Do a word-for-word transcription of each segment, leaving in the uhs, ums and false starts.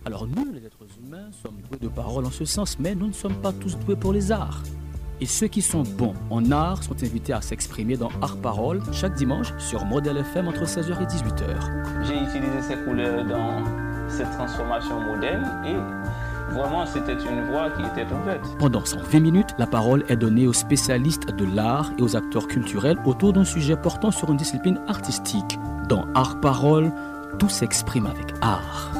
Alors nous, les êtres humains, sommes doués de parole en ce sens, mais nous ne sommes pas tous doués pour les arts. Et ceux qui sont bons en art sont invités à s'exprimer dans Art Parole chaque dimanche sur Modèle F M entre seize heures et dix-huit heures. J'ai utilisé ces couleurs dans cette transformation modèle et vraiment c'était une voie qui était ouverte. Pendant cent vingt minutes, la parole est donnée aux spécialistes de l'art et aux acteurs culturels autour d'un sujet portant sur une discipline artistique. Dans Art Parole, tout s'exprime avec art.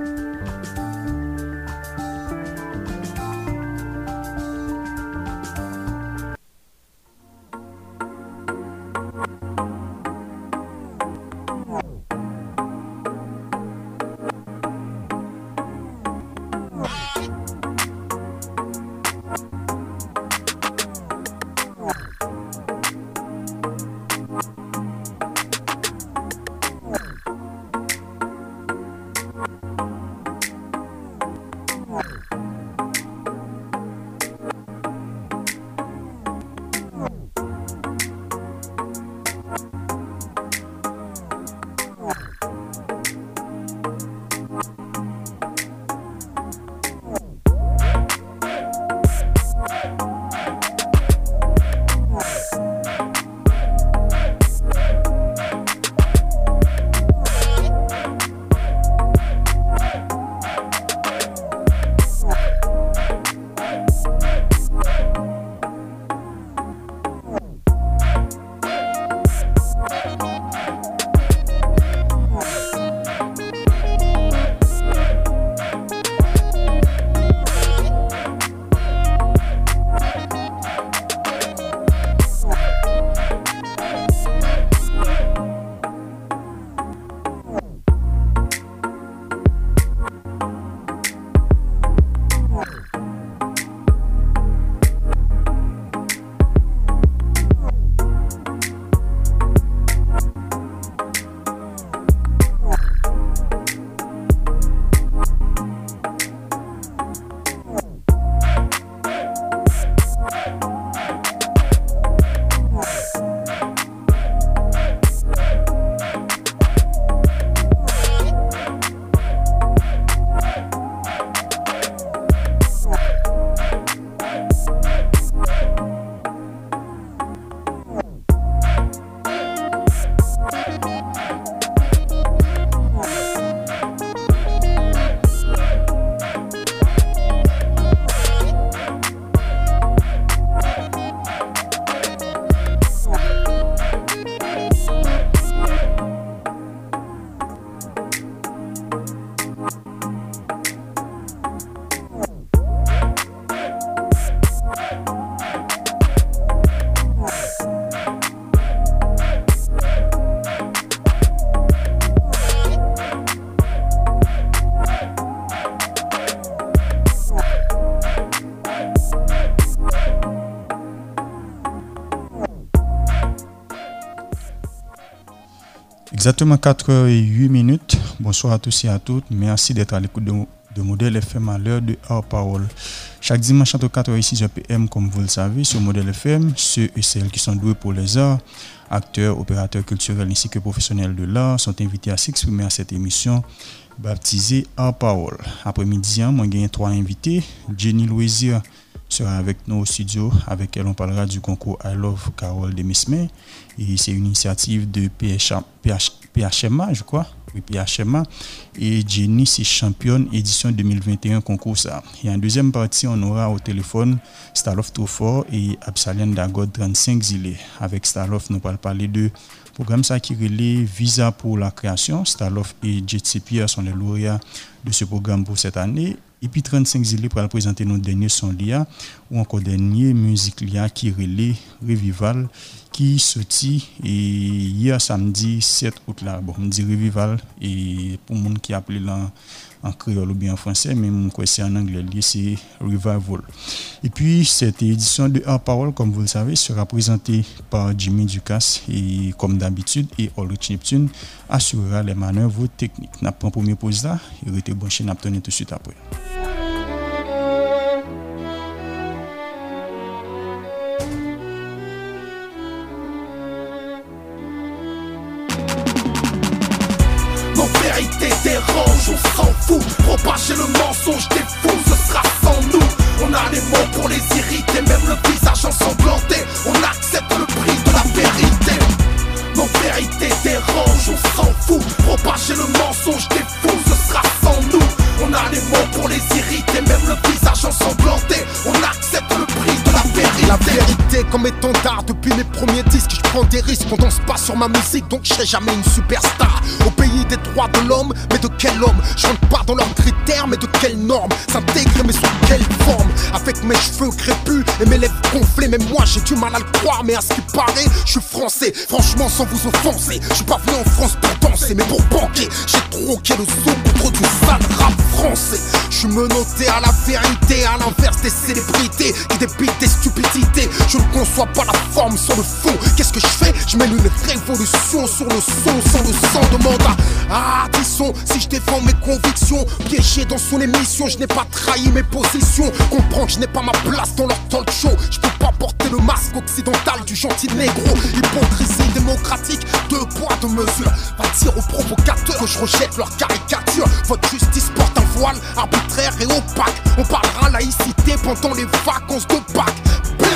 Exactement quatre heures huit minutes. Bonsoir à tous et à toutes. Merci d'être à l'écoute de, de Modèle F M à l'heure de Art Parole. Chaque dimanche entre quatre heures et six heures P M, comme vous le savez, sur Modèle F M, ceux et celles qui sont doués pour les arts, acteurs, opérateurs culturels ainsi que professionnels de l'art sont invités à s'exprimer à cette émission baptisée Art Parole. Après-midi, moi j'ai trois invités. Jenny Loisir sera avec nous au studio. Avec elle, on parlera du concours I Love Carole de Mesmer. Et c'est une initiative de P H, P H, P H M A, je crois. Oui, P H M A. Et Jenny, c'est championne édition deux mille vingt et un concours ça. Et en deuxième partie, on aura au téléphone Starlof Trofort et Absalène Dagod trente-cinq Zilé. Avec Starlof, nous allons parler de programme ça qui relaie Visa pour la création. Starlof et Jet Pierre sont les lauréats de ce programme pour cette année. Et puis trente-cinq Zilé pour présenter notre dernier son L I A ou encore dernier musique L I A qui relaie Revival qui sorti et hier samedi sept août là. Bon, on dit Revival et pour monde qui appelé là en créole ou bien en français, mais mon c'est en anglais, c'est Revival. Et puis cette édition de Art Parole, comme vous le savez, sera présentée par Jimmy Ducasse et comme d'habitude et Ulrich Neptune assurera les manœuvres techniques. N'a pas premier pause là, et restez branché, n'a pas tout de suite après. Mon père était terre. dérange, on s'en fout. Propager le mensonge des fous, ce sera sans nous. On a les mots pour les irriter, même le visage ensanglanté. On accepte le prix de la vérité. Nos vérités dérangent, on s'en fout. Propager le mensonge des fous, ce sera sans nous. On a les mots pour les irriter, même le visage ensanglanté. On accepte le prix de la vérité. La vérité comme étendard, depuis mes premiers disques, je prends des risques, on danse pas sur ma musique, donc je serai jamais une superstar. Au pays des droits de l'homme, mais de quel homme? Je rentre pas dans leurs critères, mais de quelles normes? S'intégrer, mais sous quelle forme? Avec mes cheveux crépus et mes lèvres gonflées, mais moi j'ai du mal à le croire, mais à ce qui paraît, je suis français. Franchement, sans vous offenser, je suis pas venu en France pour danser, mais pour banquer. J'ai troqué le son contre du sale rap français. Je suis menotté à la vérité, à l'inverse des célébrités qui débitent des stupidités. Je ne conçois pas la forme sans le fond. Qu'est-ce que je fais? Je mène une révolution sur le son, sans le sang de mandat. Ah, disons, si je défends mes convictions, piégé dans son émission, je n'ai pas trahi mes positions. Comprends que je n'ai pas ma place dans leur talk show. Je peux pas porter le masque occidental du gentil négro. Hypocrisie démocratique, deux poids, deux mesures. Va dire aux provocateurs que je rejette leur caricature. Votre justice porte un voile arbitraire et opaque. On parlera laïcité pendant les vacances de Pâques. Bleh!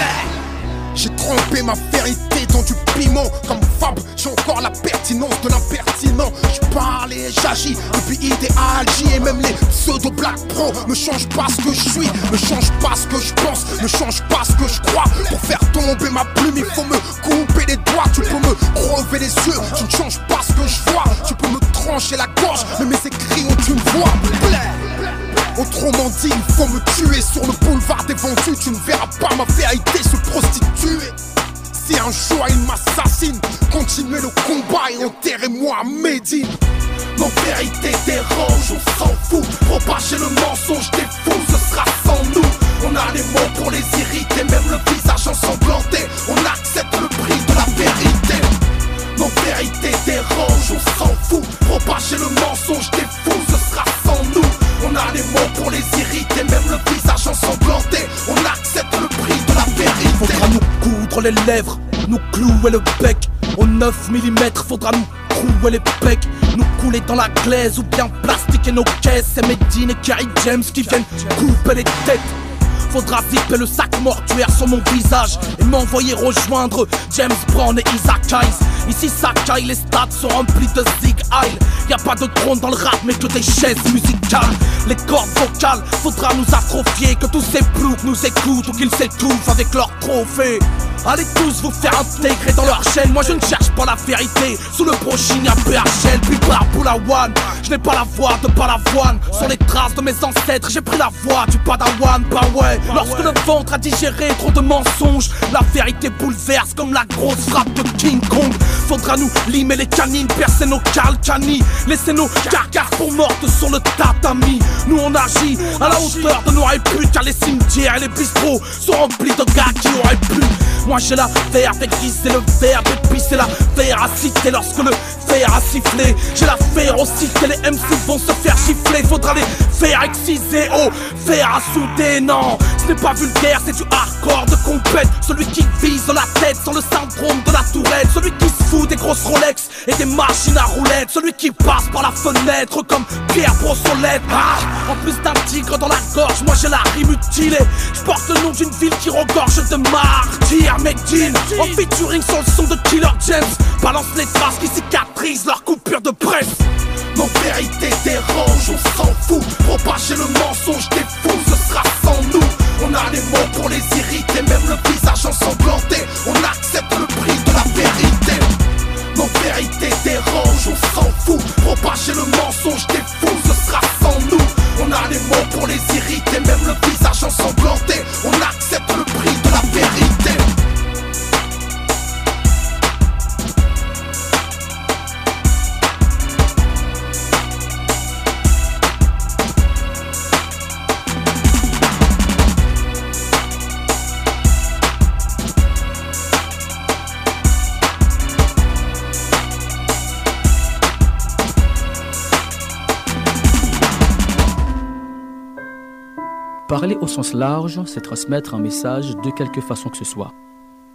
J'ai trempé ma vérité dans du piment. Comme Fab, j'ai encore la pertinence de l'impertinent. Je parle et j'agis depuis idéal J. Et même les pseudo black pro me changent pas ce que je suis, me changent pas ce que je pense, me changent pas ce que je crois. Pour faire tomber ma plume, il faut me couper les doigts. Tu peux me crever les yeux, tu ne changes pas ce que je vois. Tu peux me trancher la gorge, mais mes écrits ont une voix. Bleh! Autrement dit, il faut me tuer sur le boulevard des vendus. Tu ne verras pas ma vérité se prostituer. Si un jour il m'assassine, continuez le combat et enterrez-moi à Médine. Nos vérités dérangent, on s'en fout. Propager le mensonge des fous, ce sera sans nous. On a les mots pour les irriter, même le visage ensanglanté. On accepte le prix de la vérité. Nos vérités dérangent, on s'en fout. Propager le mensonge des fous, ce sera sans nous. On a les mots pour les irriter, même le visage ensanglanté. On accepte le prix de la vérité. Faudra nous coudre les lèvres, nous clouer le bec. Au neuf millimètres, faudra nous trouer les pecs. Nous couler dans la glaise ou bien plastiquer nos caisses. C'est Medine et Kerry James qui viennent couper les têtes. Faudra zipper le sac mortuaire sur mon visage et m'envoyer rejoindre James Brown et Isaac Hayes. Ici ça caille, les stades sont remplis de Zig Heil. Y'a pas de trône dans le rap mais que des chaises musicales. Les cordes vocales, faudra nous atrophier. Que tous ces ploucs nous écoutent ou qu'ils s'étouffent avec leurs trophées. Allez tous vous faire intégrer dans leur chaîne. Moi je ne cherche pas la vérité. Sous le brochine y'a P H L puis par Boulawan. Je n'ai pas la voix de Balavoine. Sur les traces de mes ancêtres j'ai pris la voix du Padawan. Bah ouais, lorsque le ventre a digéré trop de mensonges, la vérité bouleverse comme la grosse frappe de King Kong. Faudra nous limer les canines, percer nos calcanis, laisser nos carcasses pour mortes sur le tatami. Nous on agit à la hauteur de nos réputes, car les cimetières et les bistrots sont remplis de gars qui auraient pu. Moi j'ai la verve aiguisée, le verbe épicé, la véracité lorsque le fer a sifflé. J'ai la fer aussi que les M C vont se faire gifler. Faudra les faire exciser, oh, fer à souder, non. Ce n'est pas vulgaire, c'est du hardcore de compète. Celui qui vise la tête sans le syndrome de la tourette. Celui qui se fout des grosses Rolex et des machines à roulettes. Celui qui passe par la fenêtre comme Pierre Brossolette. Ah, en plus d'un tigre dans la gorge, moi j'ai la rime mutilée. Je porte le nom d'une ville qui regorge de martyrs. Medine, en featuring sur le son de Killer James. Balance les traces qui cicatrisent leur coupure de presse. Nos vérités dérangent, on s'en fout. Propager le mensonge des fous, ce sera sans nous. On a les mots pour les irriter, même le visage ensanglanté. On accepte le prix de la vérité. Nos vérités dérangent, on s'en fout. Propager le mensonge des fous, ce sera sans nous. On a les mots pour les irriter, même le visage ensanglanté. On accepte le prix de la vérité. Parler au sens large, c'est transmettre un message de quelque façon que ce soit.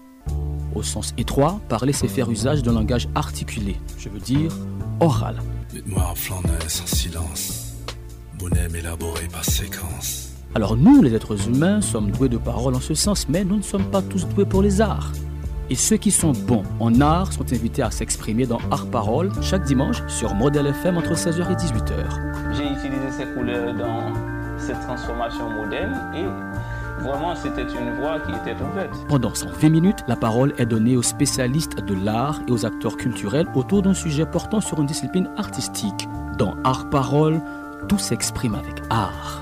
Au sens étroit, parler, c'est faire usage d'un langage articulé, je veux dire oral. Dites-moi en flaneur sans silence, bonhomme élaboré par séquence. Alors nous, les êtres humains, sommes doués de parole en ce sens, mais nous ne sommes pas tous doués pour les arts. Et ceux qui sont bons en art sont invités à s'exprimer dans Art Parole chaque dimanche sur Modèle F M entre seize heures et dix-huit heures. J'ai utilisé ces couleurs dans cette transformation moderne et vraiment c'était une voie qui était ouverte. Pendant cent vingt minutes, la parole est donnée aux spécialistes de l'art et aux acteurs culturels autour d'un sujet portant sur une discipline artistique. Dans Art Parole, tout s'exprime avec art.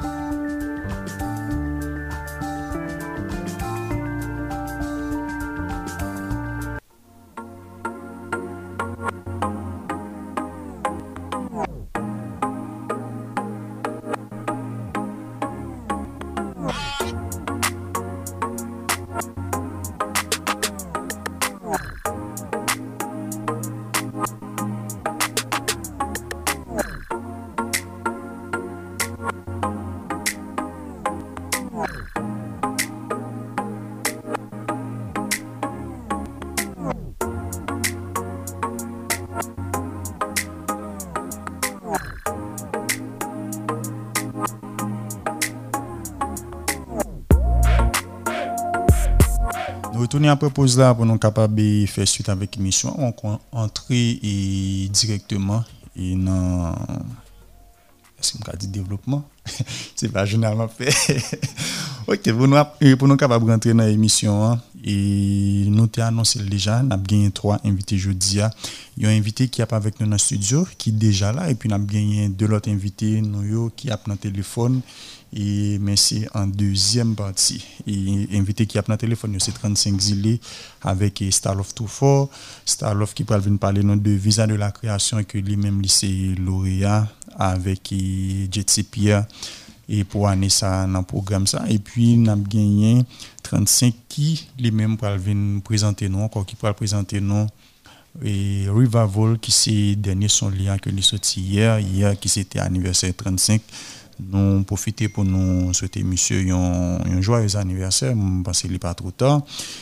Retourner à propos là pour nous capables de faire suite avec l'émission, on entrer et directement et dans est-ce qu'on dit développement c'est pas généralement fait. OK, pour nous pour nous capables rentrer dans l'émission hein, et nous t'ai annoncé déjà, n'a gagné trois invités jeudi a. Il y a un invité qui est avec nous dans le studio qui est déjà là et puis n'a gagné deux autres invités nous qui a dans téléphone. Et mais c'est en deuxième partie. Et invité qui a pris le téléphone, c'est trente-cinq Zilé avec Starlove Toufor. Starlove qui va venir parler de visa de la création et que lui-même lycée lauréat avec Jetsi Pierre et pour année ça dans le programme ça. Et puis on a gagné trente-cinq qui lui-même va venir présenter nous encore qui va présenter nous et Revival qui c'est dernier son lien que lui sorti hier hier qui c'était anniversaire trente-cinq. Nous profiter pour nous souhaiter monsieur un, un joyeux anniversaire parce qu'il n'est pas trop tard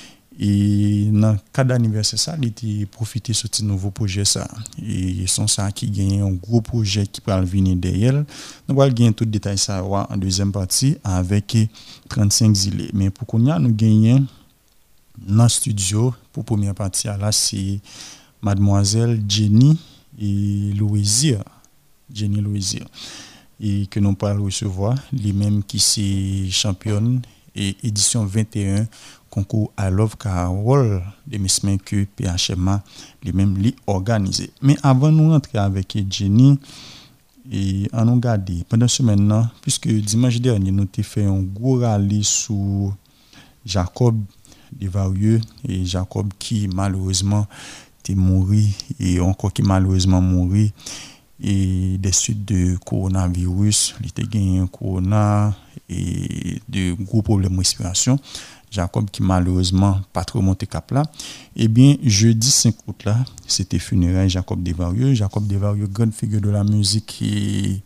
et dans le cadre d'anniversaire ça il était profiter sur ce nouveau projet ça et sont ça qui gagne un gros projet qui va venir derrière nous allons gagner tout le détail ça en deuxième partie avec trente-cinq Zilé mais pour qu'on y a nous gagner dans le studio pour première partie là c'est mademoiselle Jenny et Louisier Jenny Louisier et que nous parlons recevoir les mêmes qui c'est championne et édition vingt et un concours I Love Carol de mes semaines que P H M A les mêmes les organisé mais avant nous rentrer avec Jenny et en nous garder pendant ce maintenant puisque dimanche dernier nous t'ai fait un gros rallye sur Jacob Desvarieux et Jacob qui malheureusement t'est mort et encore qui malheureusement mort et des suites de coronavirus, il était gagné un corona et de gros problèmes de respiration. Jacob qui malheureusement pas trop monté cap là. Eh bien jeudi cinq août là, c'était funérailles Jacob Desvarieux, Jacob Desvarieux grande figure de la musique et,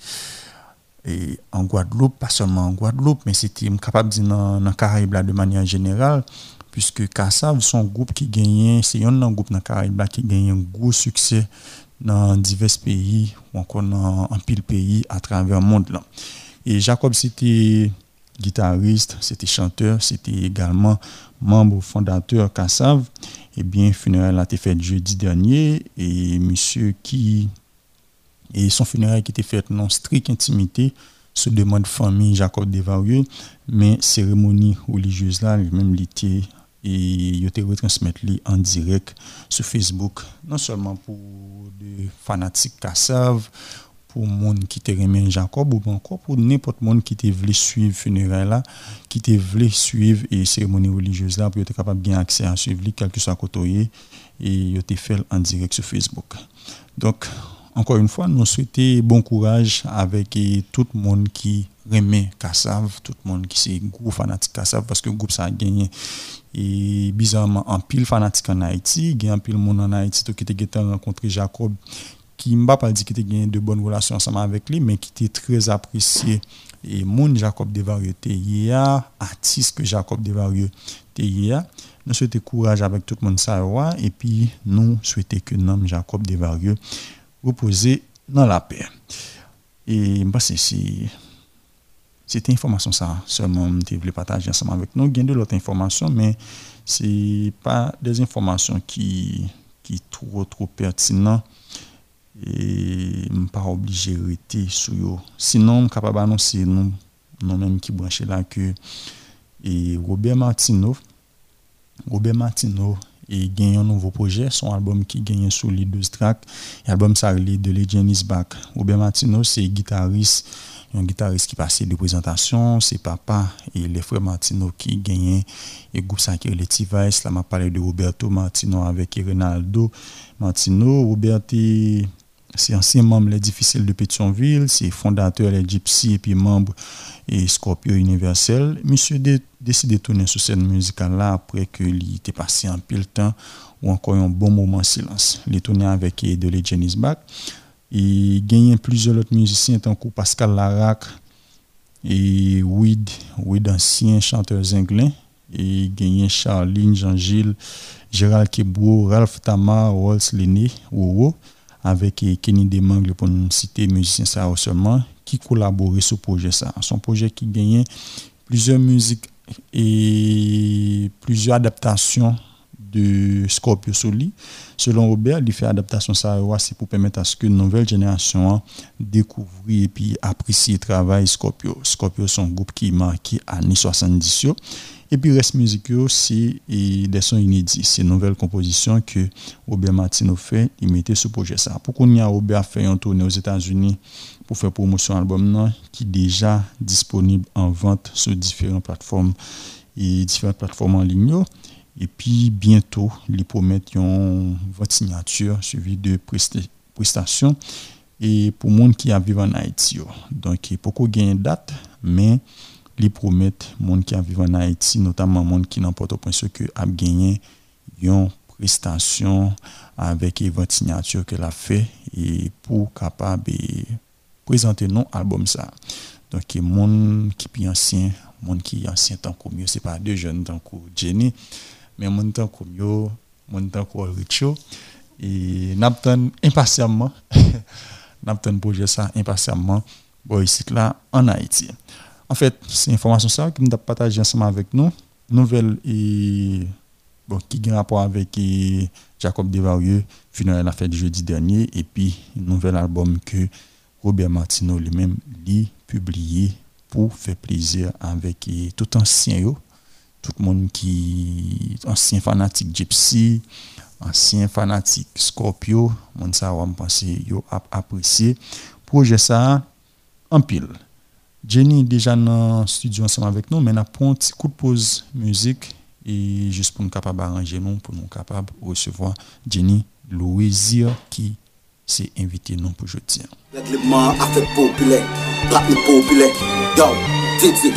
et en Guadeloupe, pas seulement en Guadeloupe, mais c'était capable de dire dans dans Caraïbes là de manière générale puisque Kassav son groupe qui gagnait, c'est un groupe dans Caraïbes là qui gagne un gros succès dans divers pays ou encore dans un pile pays à travers le monde là. Et Jacob c'était guitariste, c'était chanteur, c'était également membre fondateur Kassav. Et bien funérailles a été fait jeudi dernier et monsieur qui et son funérailles qui était fait non stricte intimité sous demande famille Jacob Desvarieux mais cérémonie religieuse là même l'été et il était retransmettre en direct sur Facebook non seulement pour des fanatiques Kassav pour monde qui te remet Jacob ou encore pour n'importe monde qui te veut suivre funérailles là qui te veut suivre et cérémonie religieuse là pour être capable bien accès à suivre quel que soit côté et il était fait en direct sur Facebook. Donc encore une fois nous souhaiter bon courage avec tout le monde qui remet Kassav, tout le monde qui c'est gros fanatique Kassav parce que le groupe ça a gagné et bizarrement en pile fanatique en Haïti, il y a un pile monde en Haïti qui était rencontré Jacob qui m'a pas dit qu'il était gagné de bonnes relations ensemble avec lui mais qui était très apprécié et mon Jacob Desvarieux T A artiste que Jacob Desvarieux T A nous souhaiter courage avec tout le monde ça et puis nous souhaiter que nom Jacob Desvarieux reposer dans la paix. Et je pense que c'est cette information ça seulement je voulais partager ensemble avec nous. Il y a de l'autre information, mais c'est pas des informations qui qui trop trop pertinent et pas obligé de rester sur eux. Sinon, je suis capable d'annoncer nous nous même qui branché là que et Robert Martineau Robert Martineau et gagne un nouveau projet, son album qui gagne sur les douze tracks, l'album ça relève de Legend is Back. Robert Martineau c'est guitariste, un guitariste qui passe de présentation, c'est papa et les frères Martineau qui gagne et groupe ça qui est le T-Vice, là m'a parlé de Roberto Martineau avec Ronaldo Martineau. Robert c'est ancien membre les difficiles de Pétionville, c'est fondateur les Gypsy et puis membre et Scorpio Universel. Monsieur a décidé de tourner sur cette musicale là après que il était passé un pile temps ou encore un bon moment en silence. Il tourné avec de Legend is Back. Il gagne plusieurs autres musiciens tant que Pascal Larac et Weed, Weed ancien chanteur zinglin et gagne Charline, Jean-Gilles, Gérald Kebro, Ralph Tamar, Waltz Lenné, Wowo avec Kenny Demangle pour nous citer musiciens ça seulement qui collaboraient sur projet ça. Son projet qui gagnait plusieurs musiques et plusieurs adaptations de Scorpio Soli. Selon Robert, il fait adaptation ça c'est pour permettre à ce que une nouvelle génération découvre et puis apprécie le travail Scorpio. Scorpio son groupe qui marqué années soixante-dix. Et puis reste musique c'est des sons inédits, c'est une nouvelle composition que Robert Martineau fait, il mettait ce projet ça. Pour qu'on y a Robert fait un tournée aux États-Unis pour faire promotion album non qui est déjà disponible en vente sur différentes plateformes et différentes plateformes en ligne. Et puis bientôt, ils promettent une votre signature suivie de prestations et pour monde qui a vécu en Haïti. Donc pour qu'on gagne une date, mais ils promettent monde qui a vécu en Haïti, notamment monde qui n'importe au point ce que a gagné une prestation avec votre signature qu'elle a fait et pour capable présenter non album ça. Donc monde qui est ancien, monde qui est ancien tant que mieux, c'est pas deux jeunes tant que Jenny, mais monde tant que mieux, monde tant que Richo et n'attend impatiemment n'attend projet ça impatiemment bon ici là en Haïti. En fait, c'est information ça que nous avons partagé ensemble avec nous. Nouvelle et bon qui a un rapport avec et, Jacob Desvarieux, funérailles la fête du jeudi dernier et puis un nouvel album que Robert Martineau lui-même lui publié pour faire plaisir avec et, tout ancien yo, tout le monde qui ancien fanatique Gypsy, ancien fanatique Scorpio, mon ça va me penser yo apprécier projet ça en pile. Jenny est déjà dans le studio ensemble avec nous, mais on a pris un petit coup de pause musique et juste pour nous capable arranger nous, pour nous capable recevoir Jenny Louisier qui s'est invité nous pour jeudi. Règlement affaire populaire, rap populaire, yo, Didi.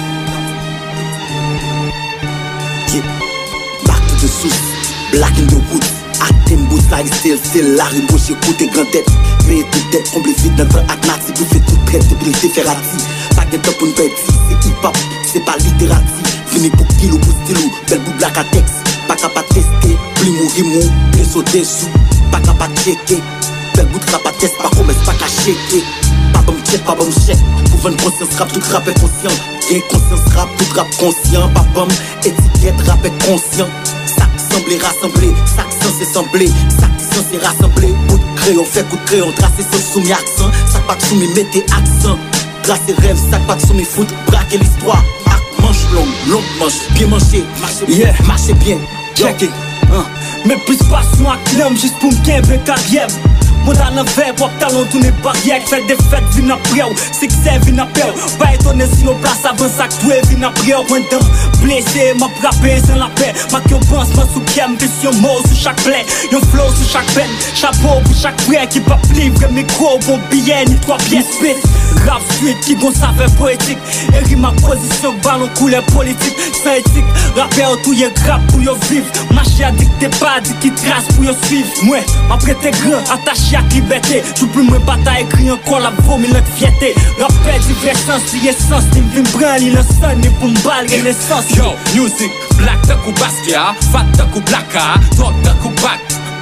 Yeah, back to the source, black in the wood. Atem boussaille, still, still, la ribouche, écoute grand tête. Créer toute tête, comble vite dans un acte, pour faire toute prête, pour le faire ferrati. Pas de temps pour une bête, c'est hip-hop, c'est pas littératie. Fini pour kilo, pour stylo, belle boule black à texte. Pas capable de tester, plus mourir, mou, plus sauter sous. Pas capable de checker, belle boule de rap à test, pas comme pas qu'à checker. Pas bon check, pas bon check. Pour vendre conscience rap, tout rap est conscient. Gain conscience rap, tout rap conscient. Pas bon étiquette, rap est conscient. Rassembler, rassembler, sac censé sembler, sac censé rassembler. Coup de crayon, fait coup de crayon, tracé sans soumis accent. Sac pas de soumis, mettez accent. Tracer rêve, sac pas de soumis, foot, braquer l'histoire. Arc, manche longue, longue manche, bien manché, yeah, marchez bien, check it. Hein. Mais plus pas sur un clem, juste pour me gagner carrière. Mon dans le verre, pour talon tourner barrière, fait des fêtes, vin après, c'est que c'est vin après. Pas étonné si on place avant ça, tout est vin après. Point d'un blessé, m'a frappé sans la paix. Ma qui pense, ma sous kiem, question mot sur chaque plaie. Yon flow sur chaque peine, chapeau pour chaque frère qui pas livre, micro, bon billet, ni trois pièces. Spit, rap suite, qui gon savait poétique. Et rime ma position, ballon couleur politique. Sans éthique, rappeur tout y'a rap pour yon vivre. Marché à dicter pas, dit qui trace pour yon suivre. Moi, après t'es grand, attaché à liberté, je plus me bataille écrit encore la vomi notre fierté. Rappel diversence, si essence, ni vim brin, ni le son, ni pour m'balle, l'essence. Yo, music, black de coup baskia, fat de coup blacka, talk de coup back.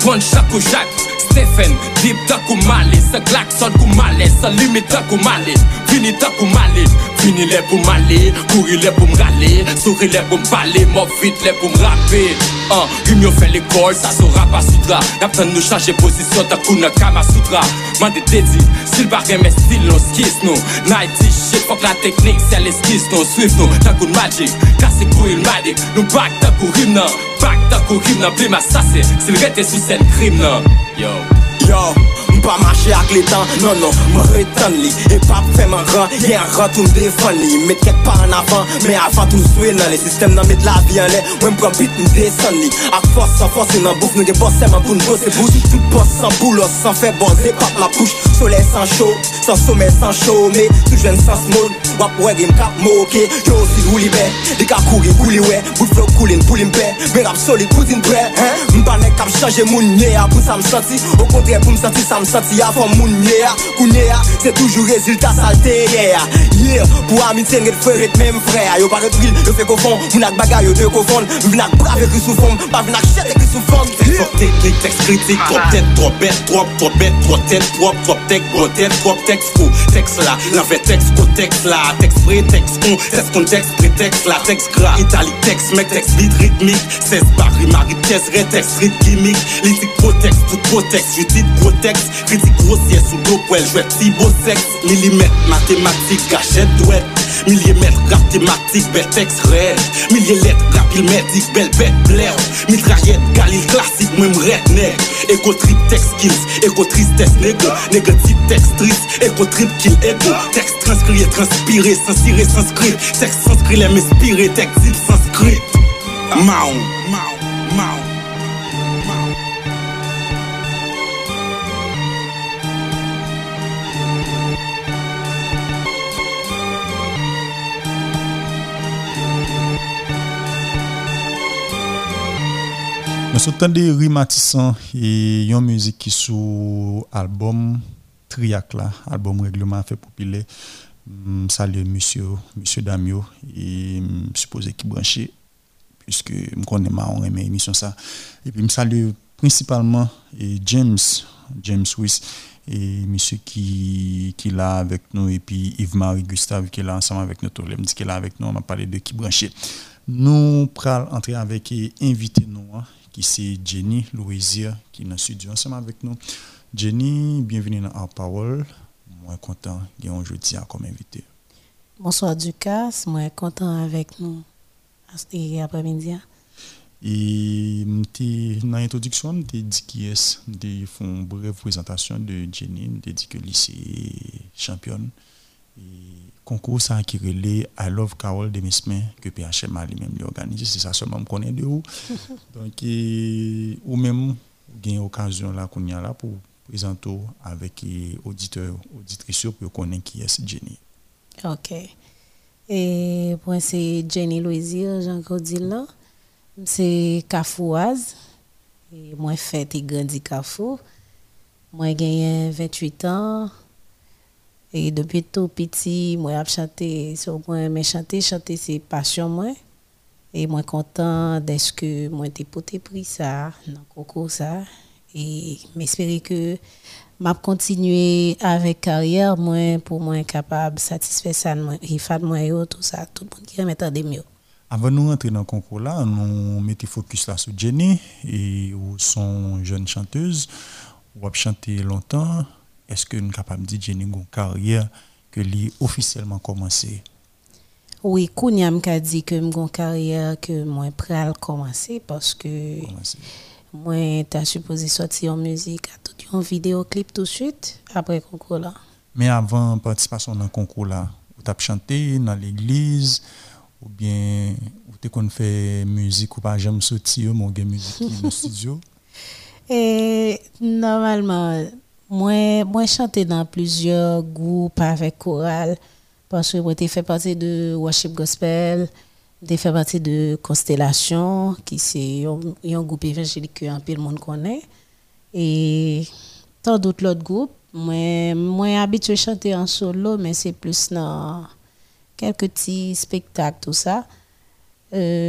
Antoine Chaco Jacques, Stephen, Deep Takou Malé, sa klaxon kou malé, sa limite takou malé, fini takou malé, fini les pour malé, courir les pour m'raler, sourire les pour m'parler, mort vite les pour m'rapper. Hein, Gumio fait l'école, ça sera pas soudra. N'attend nous changer position, takou na Kama Sutra. Mande dédi, s'il barre mes styles, non skis, non. ninety shit, fuck la technique, c'est l'esquisse, non. Swift, non, takou magic, casse couille magic. Nous back takou rime, non. Back takou rime, non. Blé ma sassé, s'il rete sous scène crime, non. Yo. Yo, m'pas marcher avec les temps, non non, m'retan li. Et pas fait mon rang, y'a un rang tout m'défend li. Mets quelque part en avant, mais avant tout m'souer dans les systèmes, dans mettre la vie en l'air. Ouais m'prend beat m'descend li. A force sans force, n'a bouffe, nous des boss, c'est ma pour n'bosser bouche. Tout boss sans boulot, sans faire bosser, pape la bouche. Soleil sans chaud, sans sommeil, sans chaud, mais tout jeune sans mode. Wap ouais, game cap moqué. Yo aussi rouli bé, des cas courir, couler ouais. Bout flow coulin, pouline paix. Mais rap solide, cousine prêt, hein. M'bané cap changer mon nez, pour ça m'senti. Au contraire, pour m'sentir, ça m'sentit à fond mon nez. Kounia, c'est toujours résultat saleté, yeah. Yeah, pour amitié, n'get frère et même frère. Yo pas retril, yo fait qu'au fond, m'nak bagaille, yo deux qu'au fond. M'nak brave écrit sous fond, pas m'nak chète écrit sous fond. Trop technique, texte critique, trop tête, trop bête, trop, trop bête, trop tête, trop, trop tech, trop tête, trop texte fou. Texte là, l'envers texte, contexte là. Texte vrai, texte con, texte contexte, prétexte là. Texte gras, italique, texte, mec, texte beat rythmique. seize barres, marie, pièce, rétexte, rythme gimmick. Litique, protexte, tout protexte, je dis gros texte. Critique grossière sous dos, ouais, je vais petit beau sexe. Millimètre, mathématiques, gâchette, douette. Millimètre, rap thématique, bel texte réel. Milliers lettres, rap il médic, belle bête, blaire. Mitraillette, galil classique, même redneck. Éco trip, texte skills, éco tristesse, négo. Négatif, texte triste, éco trip, kill, ego. Texte transcrit, transpiré, sans cirer, sans script. Texte sanskrit, les m'inspirer, texte zip, sans script. Mao, mao, mao. Nous sommes des rimatissants et une musique qui sous album Triac là, album règlement fait populaire. Salut monsieur, monsieur Damio et supposé qui branché puisque me connais ma on aime émission ça et puis me salue principalement et James James Swiss et monsieur qui qui là avec nous et puis Yves-Marie Gustave qui est là ensemble avec nous tout le monde qui est là avec nous on va parler de qui branché. Nous pral entrer avec invité nous qui c'est Jenny Louisier qui est dans le studio ensemble avec nous. Jenny, bienvenue dans Our Power. Moi content de vous aujourd'hui comme invité. Bonsoir Ducasse, moi content avec nous cet après-midi. Et dans l'introduction, je t'ai dit qui est, je fais une brève présentation de Jenny, je dit que lycée championne. Et concours ça qui relève I Love Carol de Mesmin que P H M a lui-même organisé, c'est ça seulement me connaît de où. Donc et, ou même gain occasion là qu'on y a là pour présenter avec auditeurs auditrices pour connaître qui est Jenny. OK. Et moi c'est Jenny Louisier, Jean-Claude dit là. C'est Cafouaz et moi fait et grandi Cafou. Moi j'ai vingt-huit ans. Et depuis tout petit, moi j'ai chanté sur moi mais chanter chanter c'est passion moi et moi content d'être que moi t'ai porté prix ça dans concours ça et m'espérer que m'a continuer avec carrière moi pour moi capable satisfaire ça moi et faire moi tout ça tout le monde qui remettre de mieux. Avant de nous rentrer dans le concours là, nous mettons focus là sur Jenny et où sont jeune chanteuse ou a chanté longtemps. Est-ce que nous sommes capables de dire Jenny une carrière que lui officiellement commencé? Oui, Kounia m'a dit que mon carrière que moi pral commencer parce que commencer. Moi t'as supposé sortir en musique à tout un vidéoclip tout de suite après concours là. Mais avant participation dans le concours là, vous t'as chanté dans l'église ou bien vous t'es qu'on fait musique ou pas jamais sortir mon game musique dans le studio? Et normalement Moi, moi chanté dans plusieurs groupes avec chorale parce que moi j'ai fait partie de Worship Gospel, j'ai fait partie de Constellation qui c'est un groupe évangélique que un peu le monde connaît et tant d'autres autres groupes. Moi moi habitué chanter en solo mais c'est plus dans quelques petits spectacles tout ça. Euh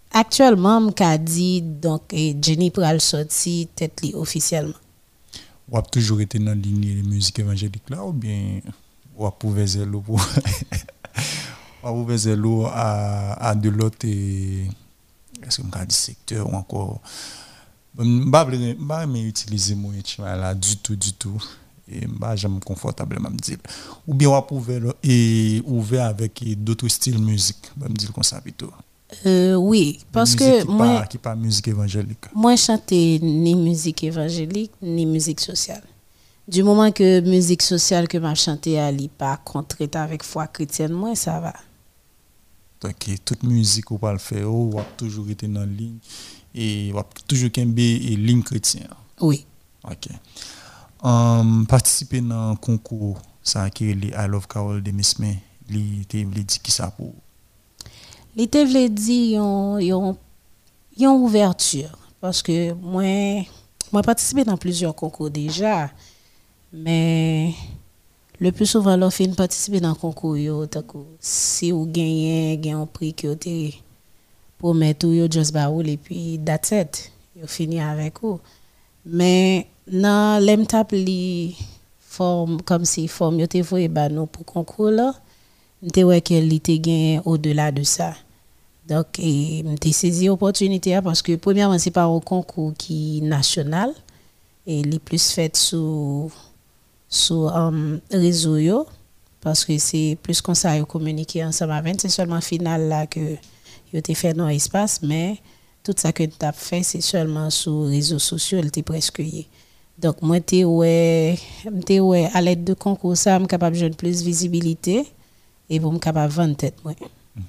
actuellement m'a dit donc et Jenny pral sorti tête li officiellement. Ou a toujours été dans la ligne de musique évangélique là ou bien ou a pouvoir zélo pour ou a pouvoir zélo à à de l'autre est-ce que me dit secteur ou encore bah bah mais utiliser mot là du tout du tout et bah j'aime confortablement me dire ou bien on pouvait et ouvert avec d'autres styles musique me dire comme ça plutôt. Euh, oui, parce que qui moi pas, qui pas musique évangélique. Moi chanter ni musique évangélique ni musique sociale. Du moment que musique sociale que m'a chanter elle pas contrainte avec foi chrétienne, moi ça va. Donc toute musique ou pas le faire ou a toujours été dans ligne et ou a toujours kembe et ligne chrétienne. Oui. OK. Um, participer dans concours ça qui est I Love Carol de Miss May, li te vle di ki ça pour li te vle di yon yon yon ouverture parce que moi moi participé dans plusieurs concours déjà mais le plus souvent l'on fait participer dans concours yo tako si ou gagner gagne un prix que te promet ou yo just ba ou et puis that's it yo fini avec ou mais dans l'emtap li forme comme si forme yo te voye ba nous pour concours là m'te ouais qu'elle était gain au-delà de ça donc et m'te saisi opportunité parce que premièrement c'est pas un concours qui national et les plus fait sous sous um, réseau yo parce que c'est plus comme ça yo communiquer ensemble avec c'est seulement final là que yo te fait dans espace mais tout ça que tu as fait c'est seulement sur réseaux sociaux elle était presque yé. Donc moi t'es ouais m'te ouais à l'aide de concours ça me capable de joindre plus visibilité et pour me capable vendre tête moi.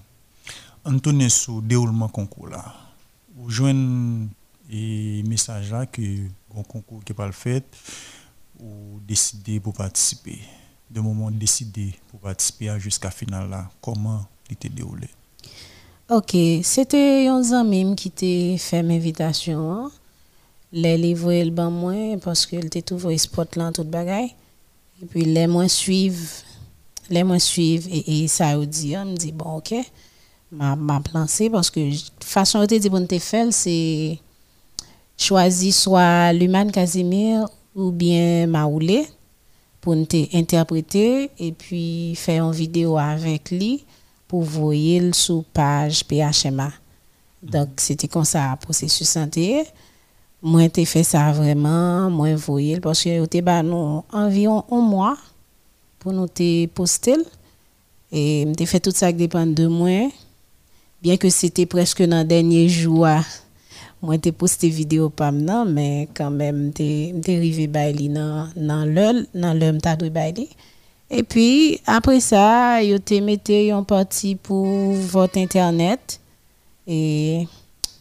On tourne sur déroulement concours là. Vous joignez et message là que bon concours qui pas le fait ou décider pour participer. De moment décider pour participer jusqu'à finale là, comment il était déroulé? OK, c'était un ami qui t'a fait l'invitation. Les livres le ban moi parce que il était trouvé spot là toute bagaille et puis les moi suivent les moi suivent et, et ça dit on me dit bon OK m'a m'a lancé parce que façon était dit bon te faire c'est choisir soit Luman Casimir ou bien Maoulé pour te interpréter et puis faire une vidéo avec lui pour voyer sur page P H M A. Donc c'était comme ça processus santé. Moi t'ai fait ça vraiment, moi voyer parce que était ba nous environ un mois pour nous te poster et m'ai fait tout ça qui dépend de moi. Bien que c'était presque dans dernier jour moi t'ai posté vidéo pas maintenant mais quand même t'ai t'ai arrivé baili dans dans l'heure dans l'heure m'ta dou baili et puis après ça yo t'ai metté un parti pour votre internet et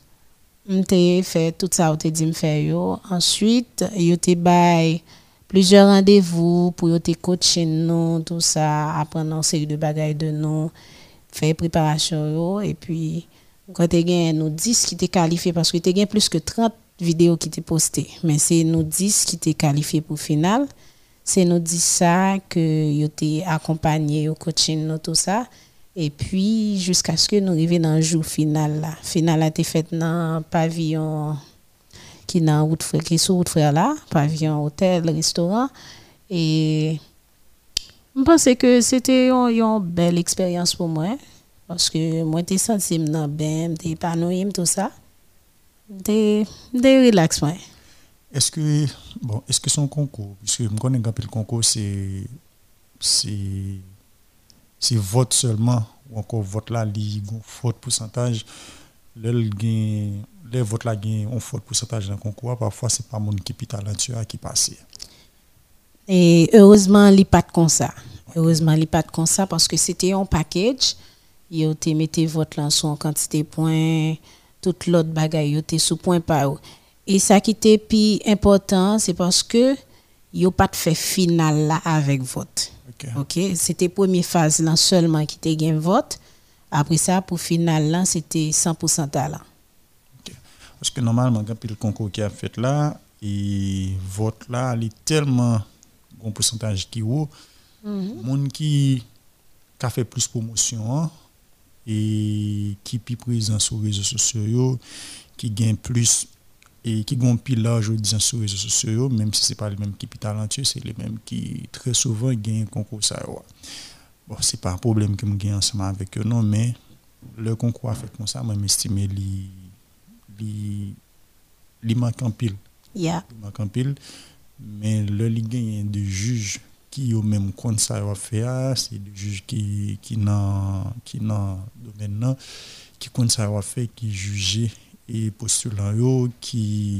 m'te fait tout ça ou te dit me faire yo ensuite yo te bail plusieurs rendez-vous pour yo te coacher nous tout ça apprendre une série de bagages de nous faire préparation yo et puis quand tu gain nous dix qui t'es qualifié parce que tu gain plus que trente vidéos qui t'es postées mais c'est nous dix qui t'es qualifié pour finale c'est nous dix ça que yo t'es accompagné au coaching nous tout ça et puis jusqu'à ce que nous arrivions dans le jour final là finale a été faite dans pavillon qui dans route frère qui sur route frère là pavillon hôtel restaurant et je pense que c'était une belle expérience pour moi parce que moi t'ai senti dans bien t'ai épanoui tout ça t'ai t'ai relax moi. Est-ce que bon est-ce que son concours puisque me connais grand le concours c'est c'est c'est vote seulement ou encore vote là li gon fort pourcentage le gain les votes là gain on fort pourcentage dans concours parfois c'est pas monde qui pi talentueux qui passe et heureusement li pas comme ça heureusement li pas comme ça parce que c'était un package yo te mettez vote là sur quantité point toute l'autre bagaille yo te sous point par et ça qui était plus important c'est parce que yo pas fait finale là avec vote. OK, okay? C'était première phase là seulement qui te gain vote. Après ça pour finale là c'était cent pour cent talent. OK. Parce que normalement quand le concours qui a fait là et vote là il est tellement bon pourcentage qui haut. Mm-hmm. Monde qui a fait plus promotion et qui plus présent sur les réseaux sociaux, qui gagne plus et qui gagne plus large disant sur les réseaux sociaux, même si c'est pas les mêmes qui plus talentueux, c'est les mêmes qui très souvent gagnent concours ça. Bon, c'est pas un problème que me gagne ensemble avec eux non, mais le concours a fait comme ça, moi m'estime li li li manque en pile. Yeah. Il manque en pile, mais le li gagne de juges qui au même compte ça va faire, c'est des juges qui qui dans qui dans domaine là qui compte ça va faire, qui juger et postulant yo, qui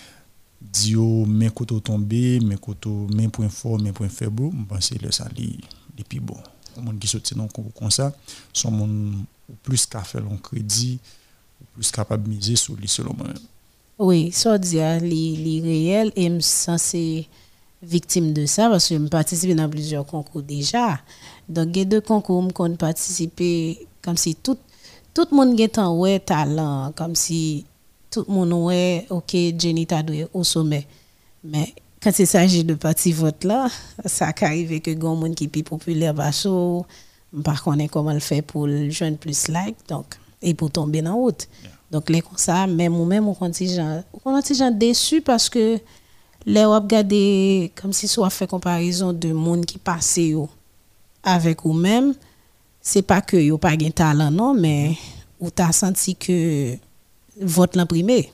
dit yo mais côté tomber, mais côté mais point fort, mais point faible, je pense que ça li les plus bon. Les gens qui sortent dans concours comme ça sont monde plus qu'à faire un crédit, plus capable de miser sur lui selon moi. Oui, ça dire les les réels et me censé victime de ça parce que je participe dans plusieurs concours déjà. Donc il y a deux concours où on participer comme si tout tout le monde est en ouais talent, comme si tout le monde ouais OK Jenny t'a doué au sommet. Mais quand il s'agit de parti vote là, ça arrive que grand monde qui est plus populaire basso, par contre comment le fait pour le joindre plus like donc et pour tomber dans route. Yeah. Donc les comme ça même ou même on contingent on contingent déçu parce que les on regarder comme si soit fait comparaison de monde qui passé yo avec ou même c'est pas que yo pas gain talent non mais ou t'as senti que vote l'imprimé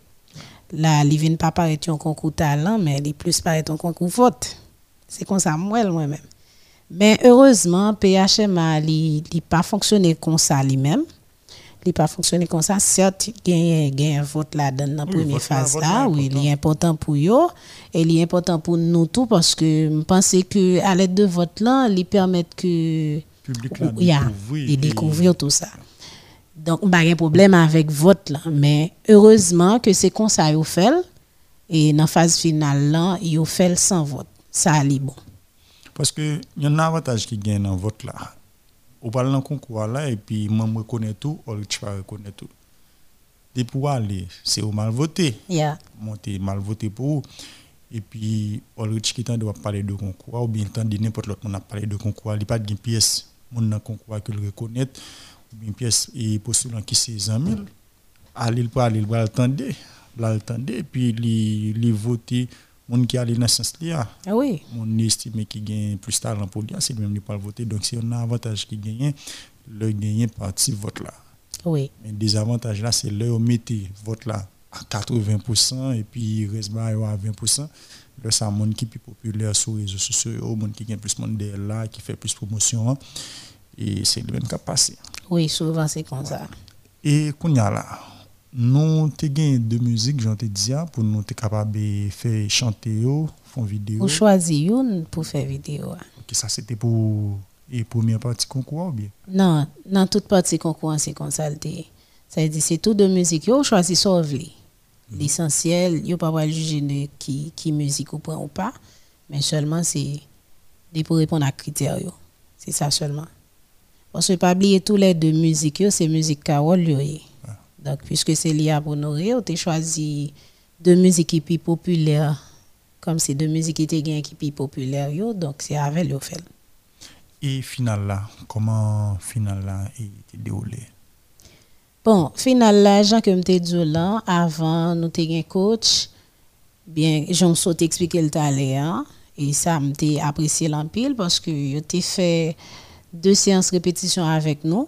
là il vient pas paraître un concours talent mais il plus paraître un concours vote c'est comme ça moi moi-même mais heureusement P H M A il il pas fonctionné comme ça lui-même il pas fonctionné comme ça certes gain gain vote là dans la première phase là oui il est important pour yo et il est important pour nous tout parce que je pense que à l'aide de vote là il permet que public là découvrir découvrir tout ça donc pas un problème avec vote là mais heureusement que c'est comme ça yo fait et dans phase finale là yo fait sans vote ça ali bon parce que il y a un avantage qui gagne dans vote là. On parle dans concours là et puis moi me connais tout, on tu pas reconnaître tout. Des pour aller, c'est au mal voté. Yeah. Monter mal voté pour et puis on qui temps doit parler de concours ou bien temps de n'importe l'autre on a parlé de concours, il pas de pièce mon dans concours que le reconnaître ou bien pièce et postulant qui c'est cent mille. Aller pour aller il va attendre, l'attendre et puis li li voter monde qui allait dans ce sens là ah oui on estime qui gagne plus talent pour lui c'est lui même pas voter donc c'est un avantage qui gagne le gagner parti vote là oui mais des avantages là c'est le mettez vote là à quatre-vingts pour cent et puis reste ba à vingt pour cent là ça monde qui plus populaire sur les réseaux sociaux monde qui gagne plus monde là qui fait plus promotion et c'est le même qui passé oui souvent c'est comme ça et kounya là nous te gain de musique j'en te dit pour nous te capable faire chanter yo font vidéo ou choisir une pour faire vidéo OK ça c'était pour et première partie concours ou bien non dans toute partie concours c'est consulté ça dit c'est tout de musique yo choisir sauver mm. l'essentiel yo pas va juger de qui qui musique ou prend ou pas mais seulement c'est de pour répondre à critères yo c'est ça seulement parce que pas oublier tous les deux musique yo c'est musique Carole yo. Donc, puisque c'est lié à honorer, on a choisi deux musiques qui sont populaires, comme c'est deux musiques qui étaient qui sont populaires, donc c'est avec le fait. Et final là, comment final là est déroulé? Bon, final là, Jean que m'te dit là, avant nous t'ai un coach, bien, j'en saute expliquer le talent, et ça m'te apprécié l'empile parce que yo t'ai fait deux séances répétition avec nous.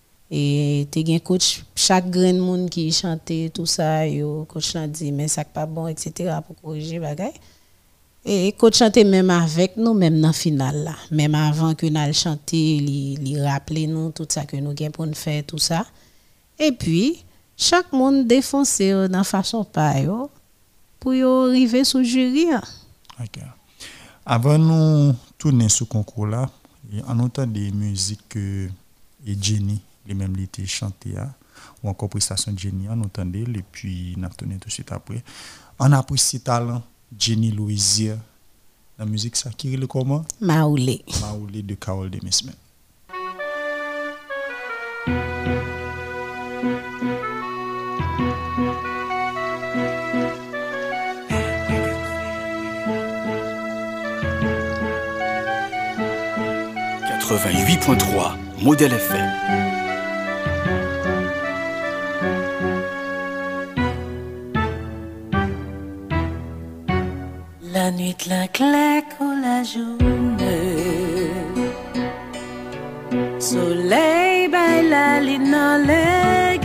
Et t'es un coach chaque grain de monde qui chantait tout ça yo coach l'a dit mais ça pas bon etc pour corriger bagay et coach chantait même avec nous même dans finale là même avant que nous chanter li li rappeler nous tout ça que nous gain pour nous faire tout ça et puis chaque monde défoncer dans façon pas yo pour yo arriver sous jury. OK. Avant nous tourner ce concours là on entend des musiques que et Jenny les mêmes l'été chanté ou encore prestation de Jenny on entendait et puis n'a tourné tout de suite après on apprécie talent Jenny Louisier la musique ça qui le comment Maoulé Maoulé de Carole Demesme. quatre-vingt-huit point trois Modèle F M. nuit la claque ou la journée. Soleil baille la ligne dans les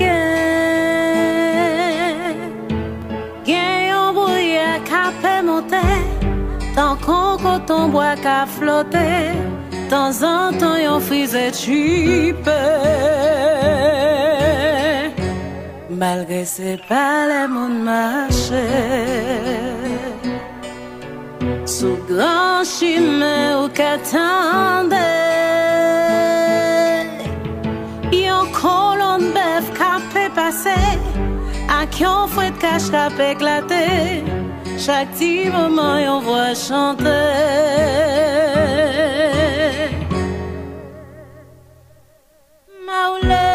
gains. Gain on brouillard capé monter. Tant qu'on coton bois qu'à flotter. Temps en temps yon frisé chupe. Malgré c'est pas les moun marché. Sous grand chemin ou qu'attendait. Yon colonne bœuf capé passé. À qui on fouette cache tape éclaté. Chaque petit moment yon voit chanter. Maoulé.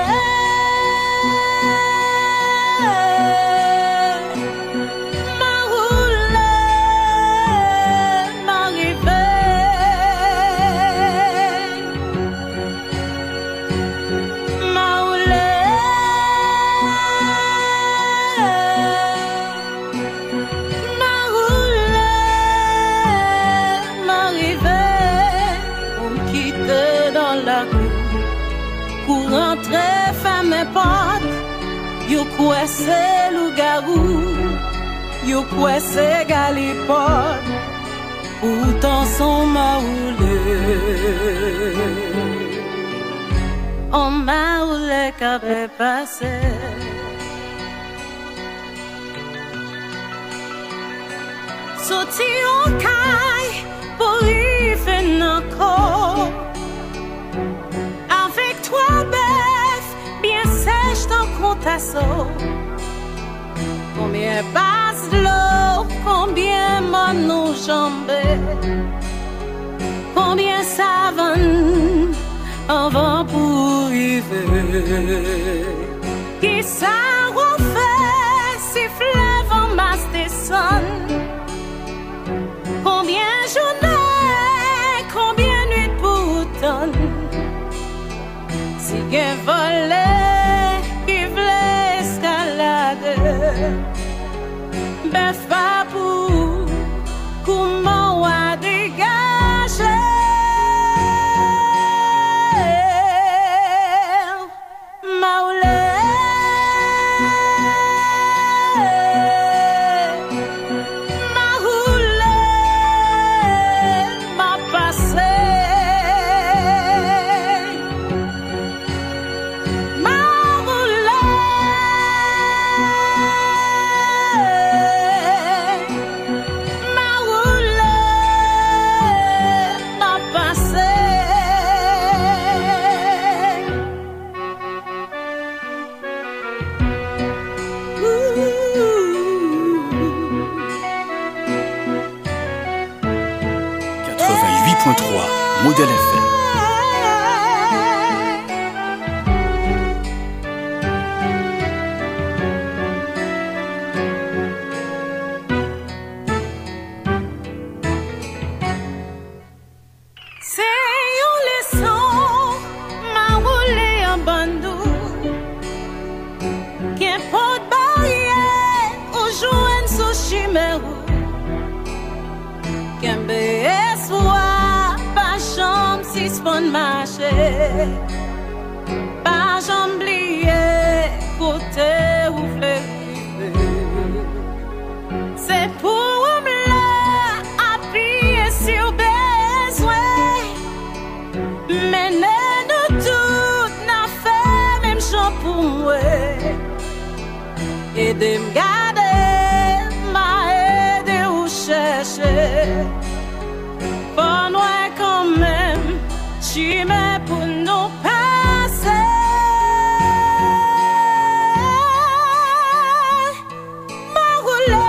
Rentrer femme et porte. Yo quoi c'est loup-garou. Yo quoi c'est galipot. Pourtant son maoulé. On maoulé qu'a fait passer. Sauti en caille pour y faire encore. Avec toi bœuf, bien sèche ton contasso. Combien passe l'eau, combien mon nous jambes. Combien savane, avant pour arriver. Qui ça refait, siffle vent masse descend. Combien journées, combien nuits pour tonne. Si gen volé, qui v'lait escalade. Bœuf pas pour, comment on a dégagé. Maoulé. Maoulé, m'a passé. trois Modèle F M. Pas j'oublier côté où c'est pour me appuyer sur besoin. Mais nous toutes n'a fait même chose pour moi. Et de me garder, m'a aidé ou chercher. Pas noir quand même. Tu m'as pour nous passer. Maoulé.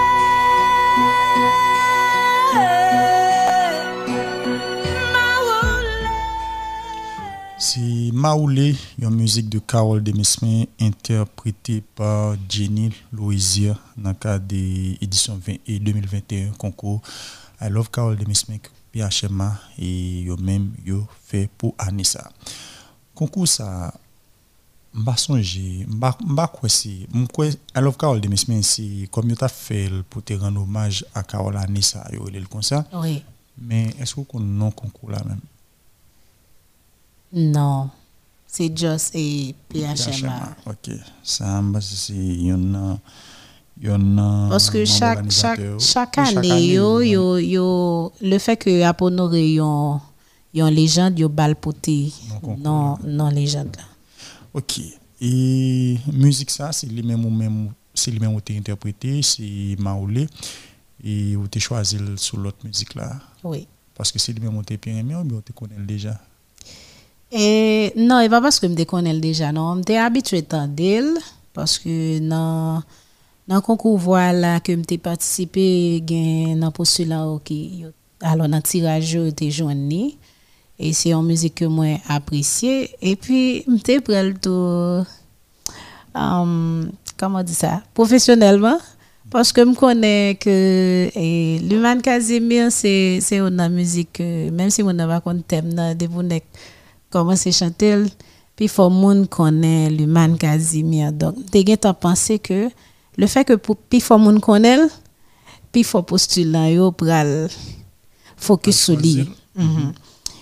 Maoulé. C'est Maoulé, une musique de Carole Demesme interprétée par Jenny Louisier dans le cadre de l'édition deux mille vingt et un concours I Love Carole Demesme. P H M A et yo même yo fait pour Anissa. Concours ça m'a songé m'a m'a quoi si m'quoi I Love Carol de Miss c'est comme tu as fait pour te rendre hommage à Carol Anissa yo le comme ça. Oui. Mais est-ce qu'on non concours là même? Non. C'est juste et P H M A. OK. Ça c'est yon yon parce que chaque chaque chaque année yo yo yo le fait que a honorer yon yon légende yo balpoté non non légende là. OK. Et musique ça c'est lui même ou même c'est lui même qui interprété c'est Maoulé et ou t'es choisi sur l'autre musique là. Oui. Parce que c'est lui même qui bien aimé ou bien tu connais déjà. Et non, et pas parce que me connais déjà non, m'étais habitué d'elle parce que dans dans concours voilà que m'étais participé gain dans postulat qui alors dans tirage était joindre et c'est une musique que moi apprécié et puis m'étais prêt tout um, comment dire ça professionnellement parce que me connais que et Luman Casimir c'est c'est une musique que même si on n'a pas compte thème dans des bonnes commencer chanter puis faut monde connaît Luman Casimir donc t'es gain t'as pensé que le fait que pour puis faut monde connaît puis faut postuler yo pral focus sur lui. Mm-hmm.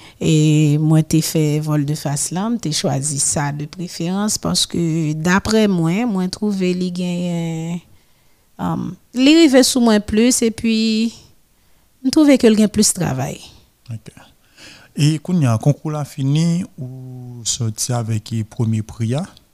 Et moi t'ai fait vol de face là, t'ai choisi ça de préférence parce que d'après moi, moi trouvé li gain um, li rive sous moi plus et puis me trouvé que gain plus travail. OK. Et quand il y a un concours là fini ou sorti avec le premier prix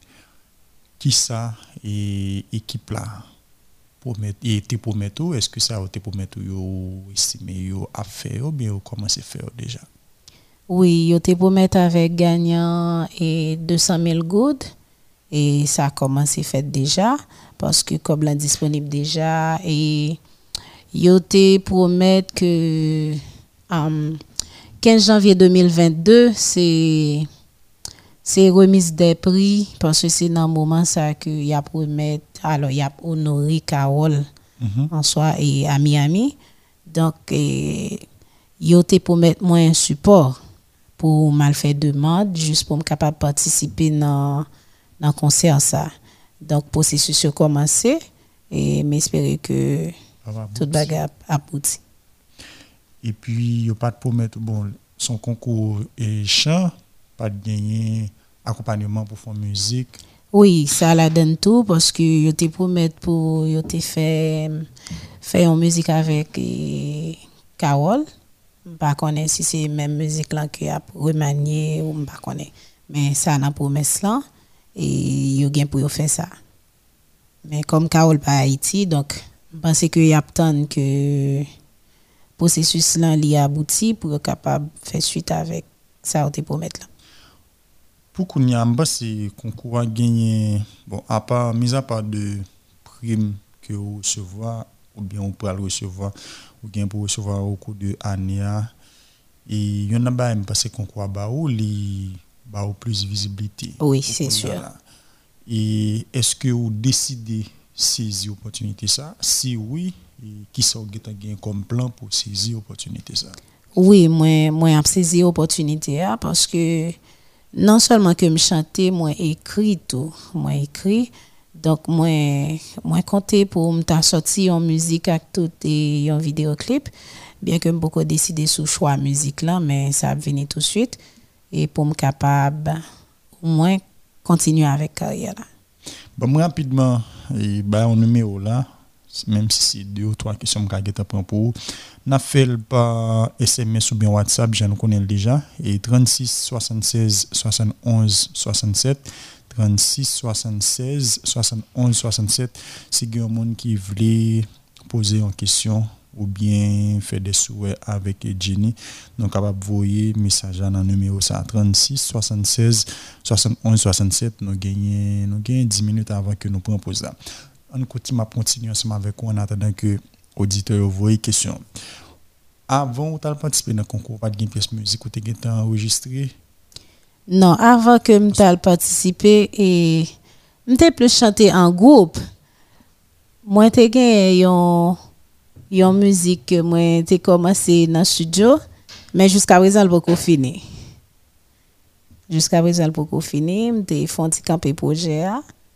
qui ça et équipe là promet et te promet tout est-ce que ça te promet tout yo estimé yo a fait ou bien comment c'est faire déjà? Oui, yo te promet avec gagnant et deux cent mille good et ça a commencé fait déjà parce que comme là disponible déjà et yo te promet que um, quinze janvier deux mille vingt-deux c'est c'est remise des prix parce que c'est dans moment ça que y a promet alors y a honoré Carol mm-hmm. en soi et à Miami donc et, yo te promet moi un support pour mal faire demande juste pour me capable participer dans dans concert ça donc processus a commencé et m'espérer que tout bagarre abouti. Et puis yo pas de promettre bon son concours et chant pas de gagner accompagnement pour faire musique. Oui, ça la donne tout parce que yo te promet pour yo te fait faire une musique avec et, Carol. Pas connais si c'est même musique là qui a remanié ou pas connais. Mais ça n'a promesse là et yo gain pour yo faire ça. Mais comme Carol pas Haïti donc je pense que y a tant que processus là li abouti pour capable faire suite avec ça te promettre là. Pour qu'on y a c'est concours a gagné bon à part mis à part de primes que vous recevoir ou bien on peut recevoir ou bien pour recevoir au cours de année et il y en a pas même parce que concours ba ou li ba ou plus visibilité. Oui, c'est sûr. Là. Et est-ce que vous décidez saisir opportunité ça? Si oui, qui ça vous gagne comme plan pour saisir opportunité ça? Oui, moi moi a saisi opportunité parce que non seulement que me chanter moi écrit tout moi écrit donc moi moi compter pour me ta sortir en musique avec tout et en vidéoclip bien que me beaucoup décider sur choix musique là mais ça va venir tout de suite et pour me capable au moins continuer avec carrière là. Bon moi rapidement et bah un numéro là même si c'est deux ou trois questions que je prends pour n'a fait par S M S ou bien WhatsApp, je nous connais déjà et trente-six soixante-seize soixante-onze soixante-sept trente-six soixante-seize soixante-onze soixante-sept si il y a un monde qui veut poser une question ou bien faire des souhaits avec Jenny donc capable envoyer message dans numéro ça trente-six soixante-seize soixante-onze soixante-sept nous gagner nous gagner dix minutes avant que nous prenions pause là. On continue à continuer ensemble avec vous en attendant que auditeur voient question. Avant ou t'as participé dans concours pas de game pièce musique ou t'es enregistré? Non, avant que m'tal participer et m'était plus chanter en groupe. Moi t'ai gagné yon yon musique que moi t'ai commencé dans studio mais jusqu'à présent le beaucoup fini. Jusqu'à présent, pour qu'on finisse, m'te font petit camper projet.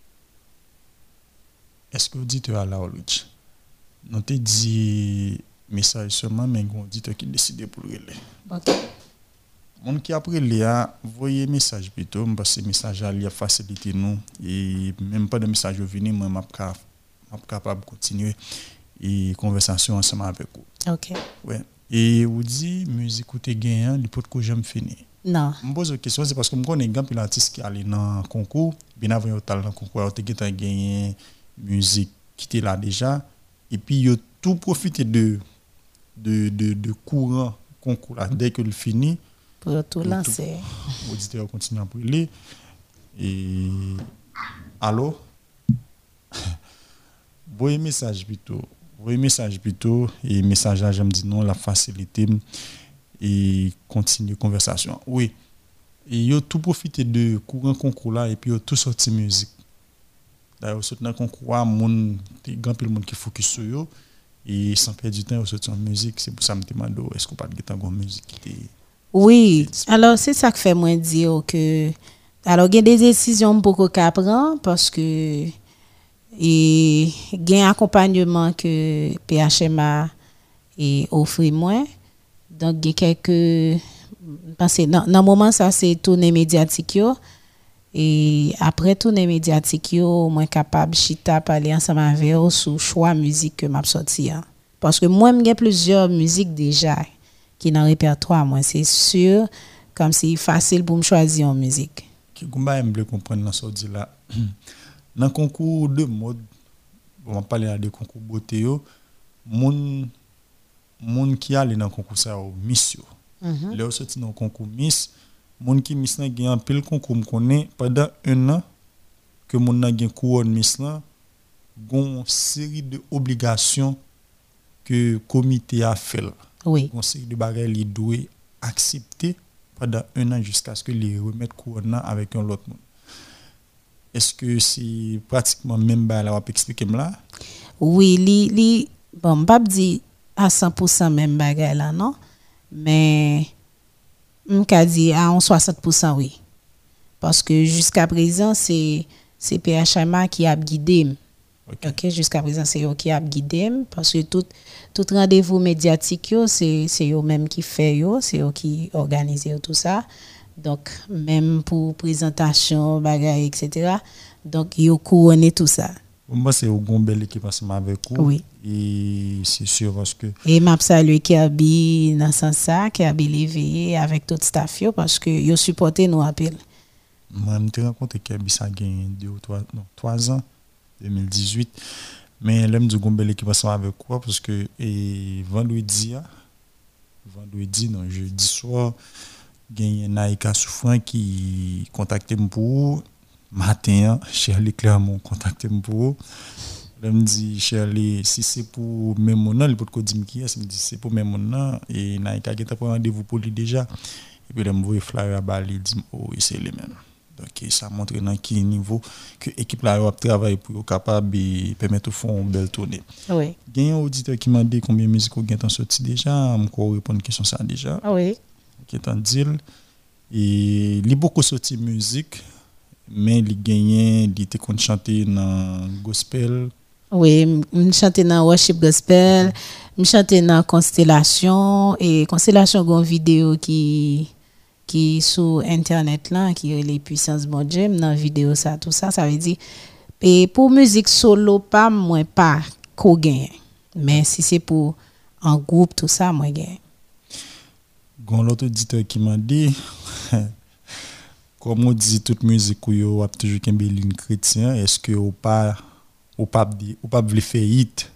Est-ce que auditeur à la Oluch, non te dit message seulement, mais un auditeur qui décide pour le relais. Ok. Mon qui après Léa, voyez message plutôt parce que message à lire faciliter nous et même pas de message venir moi m'a capable continuer et conversation ensemble avec vous. OK. Ouais. Et vous dit musique ou te gagnant, il peut que j'aime finir. Non. Je me pose une question, c'est parce que je connais un peu l'artiste qui allait dans le concours, bien avant au talent concours, tu as gagné musique qui était là déjà et puis il a tout profité de de de de courant concours là dès que le fini pour tout lancer. Auditeur continue à parler et allô voyez message plutôt voyez message plutôt et message là j'aime dire non la facilité et continue conversation oui et yo tout profiter de courant concours là et puis yo tout sorti musique d'ailleurs sorti dans concours monde grand pile monde qui focus sur yo et sans perdre du temps yo sorti en musique c'est pour ça me demande est-ce qu'on pas de guitare musique qui oui, alors c'est ça que fait moi dire que alors il y a des décisions beaucoup qu'à prendre parce que et il y a un accompagnement que P H M A et offre moi donc il y a quelques penser dans dans moment ça c'est tournée médiatique yo et après tournée médiatique yo moi capable chita parler ensemble avec eux sur choix musique que m'a sorti parce que moi j'ai plusieurs musiques déjà qui dans répertoire moi c'est sûr comme c'est facile pour me choisir en musique qui gomba aime comprendre dans sorti là dans concours de mode on va parler de concours beauté yo moun moun qui allait dans concours ça au miss yo mm-hmm. Là sorti dans concours miss moun qui miss nan gagne pile concours me connaît pendant un an que moun nan gagne couronne miss là gon série de obligations que comité a fait. Oui. Conseil de bagaille il doit accepter pendant un an jusqu'à ce que les remettre couronne avec un autre monde. Est-ce que c'est pratiquement même bagaille là on peut expliquer là? Oui, li li bon pas dire à cent pour cent même bagaille là non, mais m'ka dit à soixante pour cent oui. Parce que jusqu'à présent c'est c'est P H M A qui a guidé. OK, okay jusqu'à présent c'est eux qui a guidé parce que tout tout rendez-vous médiatique yo c'est c'est eux même qui fait yo, c'est eux qui organise tout ça. Donc même pour présentation, bagaille et cetera. Donc yo couronné tout ça. Moi c'est au belle équipe ensemble avec vous. Oui. Et c'est sûr parce que et m'a salué qui habille dans sens ça, qui habille levé avec tout staff yo parce que yo supporté nous appel. Moi me te rencontré qui habille ça gagne deux ou trois non trois ans deux mille dix-huit mais l'aime du gombel qui passe avec quoi parce que et vendredi vendredi non jeudi soir gagne Naïka Souffrant qui contacté me pour matin Shirley Clermont contacté me pour l'aime dit Shirley si c'est pour même mon il peut ko dire qui est me dit c'est pour même mon et Naïka qui t'a pris rendez-vous pour lui déjà et puis l'aime voyer flyer à Bali dit oh c'est les mêmes. Donc ça montre dans quel niveau que l'équipe là a travaillé pour capable de permettre au fond une belle tournée. Oui. Il y a un auditeur qui m'a dit combien de musique vous avez sorti déjà, je vais répondre à une question ça déjà. Oui. Qui est en deal et il a beaucoup sorti musique mais il gagne il était qu'on chanter dans gospel. Oui, je chantais dans worship gospel, je chantais dans constellation et constellation une vidéo qui qui sur internet là qui est les puissances bon Dieu dans vidéo ça tout ça ça veut dire et pour musique solo pas moins pas qu'on gagne mais si c'est pour en groupe tout ça moi gagne. Gon l'autre auditeur qui m'a dit comme on dit toute musique ou yo a toujours qu'un ligne chrétien est-ce que ou pas ou pas ou pas veut faire hit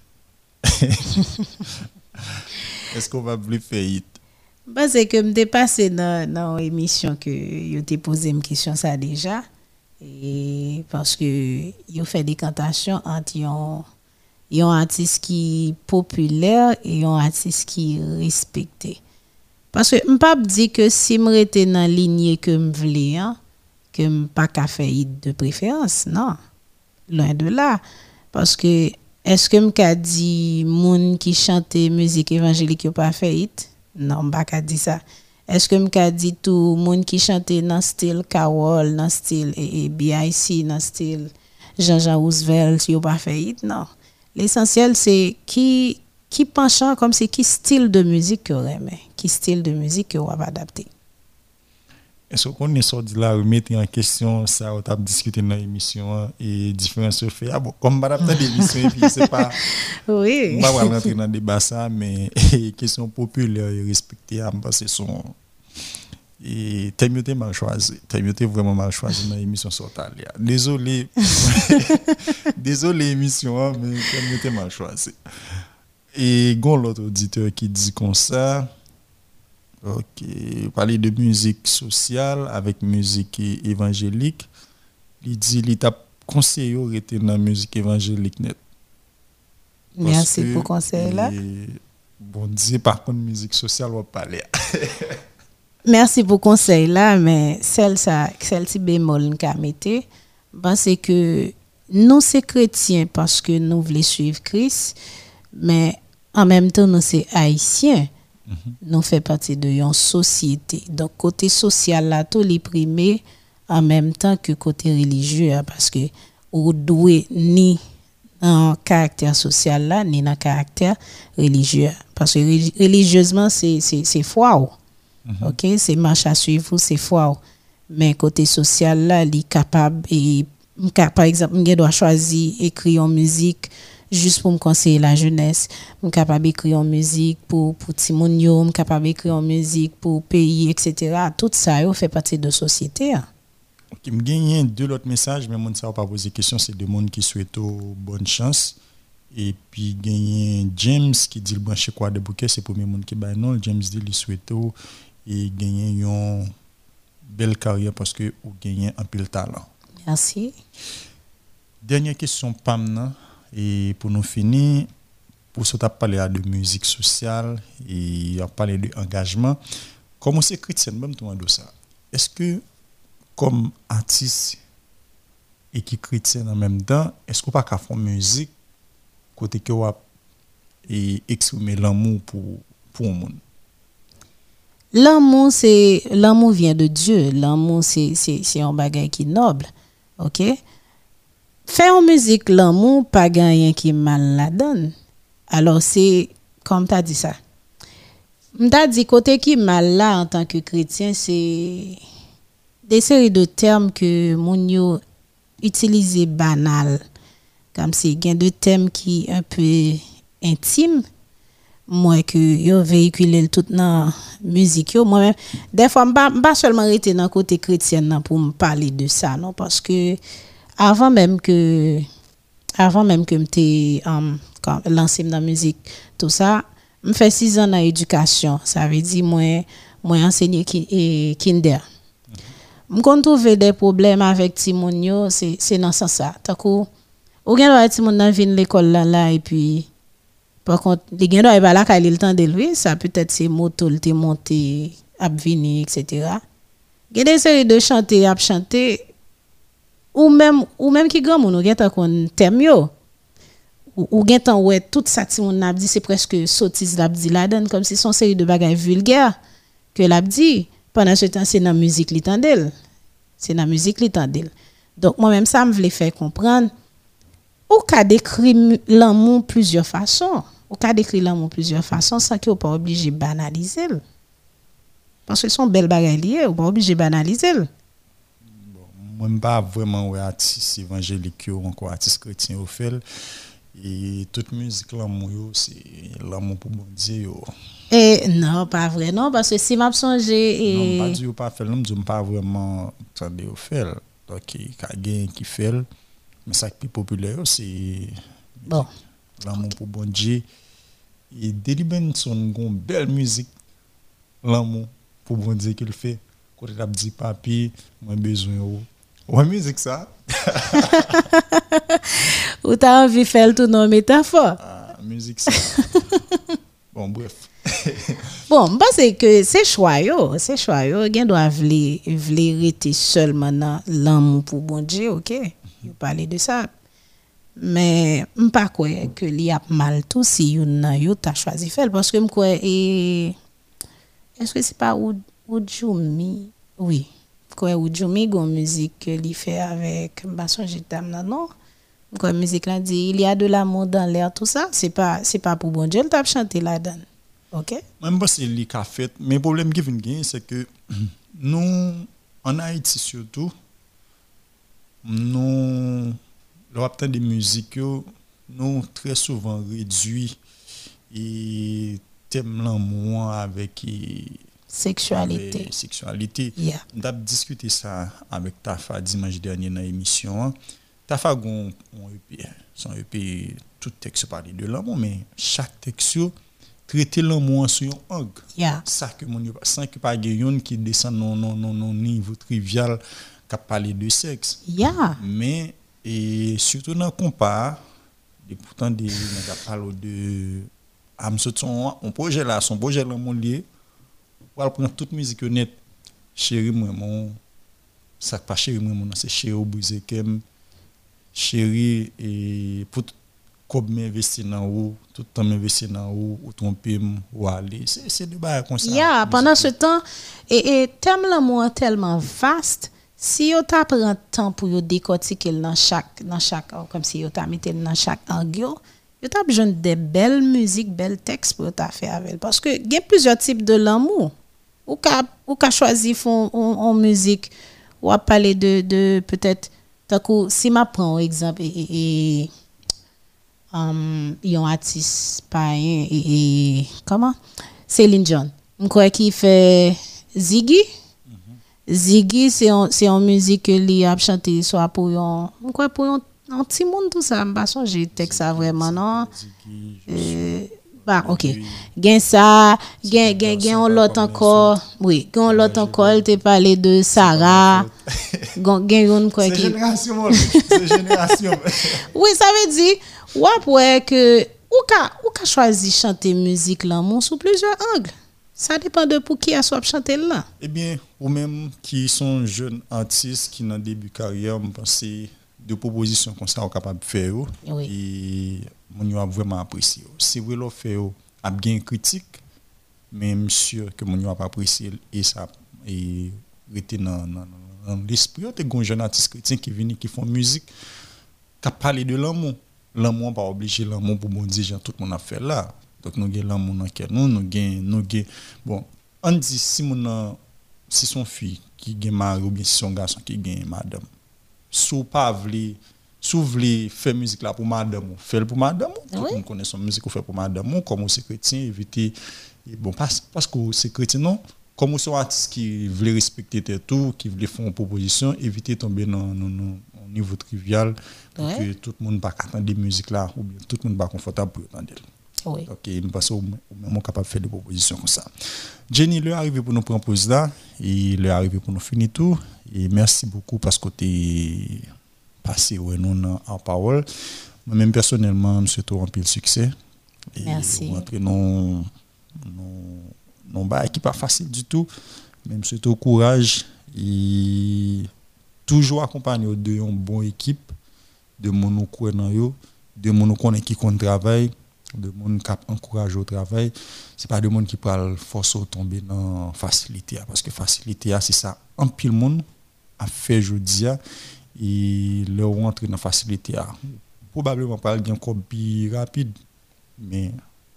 est-ce qu'on va veut faire hit parce que me dépassé dans dans émission que yo t'ai posé une question ça déjà et parce que yo fait des cantations entre yon yon artiste qui populaire et yon artiste qui respecté parce que m'pas dire que si me rete dans lignée que me vle hein que me pas ka faire hit de préférence non loin de là parce que est-ce que me ka dit moun qui chante musique évangélique yo pas fait hit non, m'pa ka di ça. Est-ce que m'ka dit tout monde qui chantait dans style Carol, dans style et, et B I C, dans style Jean-Jean Roosevelt, yo pas fait hit, non. L'essentiel c'est qui qui penchant comme c'est qui style de musique que aime, qui style de musique que on va adapter. Est-ce qu'on est sorti là remettre en question ça on t'a discuté dans l'émission et différence se fait ah bon comme adapter l'émission et puis c'est pas oui on va rentrer dans débat ça mais question populaire et respectée parce que son et t'as mal choisi t'as vraiment mal choisi dans l'émission Sortalia désolé désolé émission mais t'as mal choisi et gon l'autre auditeur qui dit comme ça. OK, parler de musique sociale avec musique évangélique, il dit il t'a conseillé rester dans la musique évangélique net. Merci pour le conseil là. Bon Dieu par contre musique sociale on va parler. Merci pour le conseil là mais celle ça celle ci bémol qu'a metté parce que nous c'est chrétiens parce que nous voulons suivre Christ mais en même temps nous c'est haïtiens. Mm-hmm. Nous fait partie de une société. Donc côté social là tout les primé en même temps que côté religieux parce que ou doué ni en caractère social là ni dans caractère religieux parce que religieusement c'est c'est c'est foi. Mm-hmm. OK, c'est marche à suivre, c'est foi. Mais côté social là, il capable et par exemple, je dois choisir écrire en musique juste pour me conseiller la jeunesse, je suis capable d'écrire en musique pour pour Timonio, je suis capable d'écrire en musique pour pays, et cetera. Tout ça fait partie de la société. Ok, je gagne deux autres messages, mais je ne sais pas poser question, c'est des gens qui souhaitent bonne chance. Et puis, il y a James qui dit le branché quoi de bouquet, c'est pour les gens qui baillent non. James dit il souhaite et gagner une belle carrière parce que vous gagnez un peu de talent. Merci. Dernière question, Pamna. Et pour nous finir, pour ce parler de musique sociale et parler d'engagement, comment c'est chrétien, même tout de ça. Est-ce que, comme artiste et qui chrétien en même temps, est-ce qu'on peut pas faire musique côté que vous et exprimer l'amour pour pour le monde? L'amour c'est l'amour vient de Dieu. L'amour c'est c'est c'est un bagage qui est noble. OK? Faire en musique l'amour pas rien qui mal la donne. Alors c'est comme tu as dit ça. M'ta dit côté qui mal là en tant que chrétien c'est des séries de termes que moun yo utiliser banal comme si gain de thèmes qui un peu intime moi que yo véhiculer tout dans musique yo moi même des fois pas pas seulement rester dans côté chrétien pour me parler de ça non parce que avant même que avant même que m'était um, lancé dans la musique tout ça me fait six ans dans éducation ça veut dire moi moi enseigner ki, et kinder me kon trouver des problèmes avec Timonio c'est c'est dans ça ça tako ou gen doit Timon dans vinn l'école là là et puis par contre les gen doit pas là quand il le temps de lui ça peut-être c'est moto le monter a venir et cetera gen des séries de chanter a chanter ou même ou même qui grand moun gen tan kon thème yo ou, ou gen tan ouais tout ça ti moun n'a dit c'est presque sottise l'a dit la donne comme si son série de bagages vulgaires que l'a dit pendant ce temps c'est dans musique li tandel c'est dans musique li tandel donc moi même ça me voulait faire comprendre ou ka décrire l'amour plusieurs façons ou ka décrire l'amour plusieurs façons sans que ou pas obligé banaliser parce que son belle bagages lié ou pas obligé banaliser. Moi pas vraiment ouais artiste évangélique ou encore artiste chrétien au fait et toute musique l'amour c'est l'amour pour bon Dieu. Et non pas vrai non parce que si m'a songer et non pas Dieu pas fait non je pas vraiment attendez au fait donc il y a gain qui fait mais ça qui est populaire c'est bon l'amour pour bon Dieu et Deliben son une belle musique l'amour pour bon Dieu qu'il fait quand il a dit papi moi besoin ouais musique ça ou t'as envie faire tout dans métaphore ah musique ça bon bref bon parce que c'est choix yo c'est choix yo gen doit vle vle rester seulement dans l'amour pour bon Dieu OK you parler de ça mais m'pas quoi que li a mal tout si you nan yo t'a choisi faire parce que m'kwa et est-ce que c'est pas ou Oudjoumi, oui. Quoi Oudjoumi gon musique que li fait avec Basson Jitam non. Quoi musique là dit il y a de l'amour dans l'air tout ça, c'est pas c'est pas pour bon Dieu, il t'a chanté là-dedans. OK? Même pas c'est li qu'a fait, mais problème qui vient gagner c'est que nous en Haïti surtout nous l'obtention des musiques nous très souvent réduit et thème l'amour avec sexualité. Avec sexualité. Yeah. On a discuté ça avec Tafa dimanche dernier dans l'émission. Tafa gon on E P, son E P tout texte parler de l'amour mais chaque texte traiter l'amour sur un angle. Yeah. Ça que mon sans que pas gayon qui descend non non non non niveau trivial qui parler de sexe. Yeah. Mais et surtout dans compas et pourtant des on parle de am son on projet là son projet l'amour lié pour prendre toute musique honnête chéri moi mon ça pas chéri moi mon c'est chéri au brisé kem chéri et pour comme m'investir dans ou tout temps m'investir dans ou ou tromper ou aller c'est c'est de bail comme ça. Yeah, pendant ce temps et et thème l'amour tellement vaste si yo t'a prend temps pour yo décortiquer dans chaque dans chaque comme si yo t'a mis dans chaque angle yo t'a besoin de belles musiques belles textes pour t'a faire avec parce que il y a plusieurs types de l'amour ou ka ou ka choisir font en musique ou à parler de de peut-être tant que si m'a prend exemple et, et um yon artiste païen et, et comment Céline Dion on croit qui fait Ziggy. Ziggy c'est en c'est en musique que li a chanté soit pour yon on croit pour yon un petit monde tout ça me pas songer texte ça vraiment non euh, bah OK gain ça gain gain gain on l'autre encore oui gain l'autre encore te parler de Sarah gain on quoi qui c'est génération c'est génération oui ça veut dire ou après que ou ka ou ka choisi chanter musique l'amour sous plusieurs angles. Ça dépend de pour qui a soit chanter là. Eh bien, ou même qui sont jeunes artistes qui dans début carrière, me penser de propositions comme ça on capable de faire oui. Et mon a vraiment apprécié. Si vous le fait a bien critique, mais sûr que mon a pas apprécié et ça et rester dans dans l'esprit de gon jeune artiste chrétien qui viennent qui font musique qui parler de l'amour. L'amour pas obligé l'amour pour bon Dieu, tout le monde a fait là. Donc nous gagne l'amour dans quel nous nous gagne nous gagne bon on dit si mon si son fille qui gagne mari ou bien si son garçon qui gagne madame sou pas vle sou vle faire musique là pour madame ou faire pour madame tout le monde connaît son musique ou faire pour madame comme c'est chrétien éviter bon parce parce que c'est chrétien non comme c'est un artiste qui veut respecter tout qui veut faire une proposition éviter tomber dans dans au niveau trivial pour ouais. Que tout le monde pas entendre des musiques là ou bien tout le monde pas confortable pour entendre. Oui. OK, me pense au même capable de faire des propositions comme ça. Jenny, le arrivé pour nous prendre pause là et le arrivé pour nous finir tout et merci beaucoup parce que tu es passé ouais nous en parole. Moi même personnellement, je souhaite un pile succès. Et merci. Rentrer non non non bah qui pas facile du tout, même souhaite au courage et toujours accompagné de une bonne équipe de mon connait yo, de mon connait qui compte travail. De monde qui encourage au travail, c'est pas de monde qui parle force au tomber dans facilité parce que facilité c'est ça en pile monde a fait jodi et le rentrer dans facilité probablement pas bien encore plus rapide mais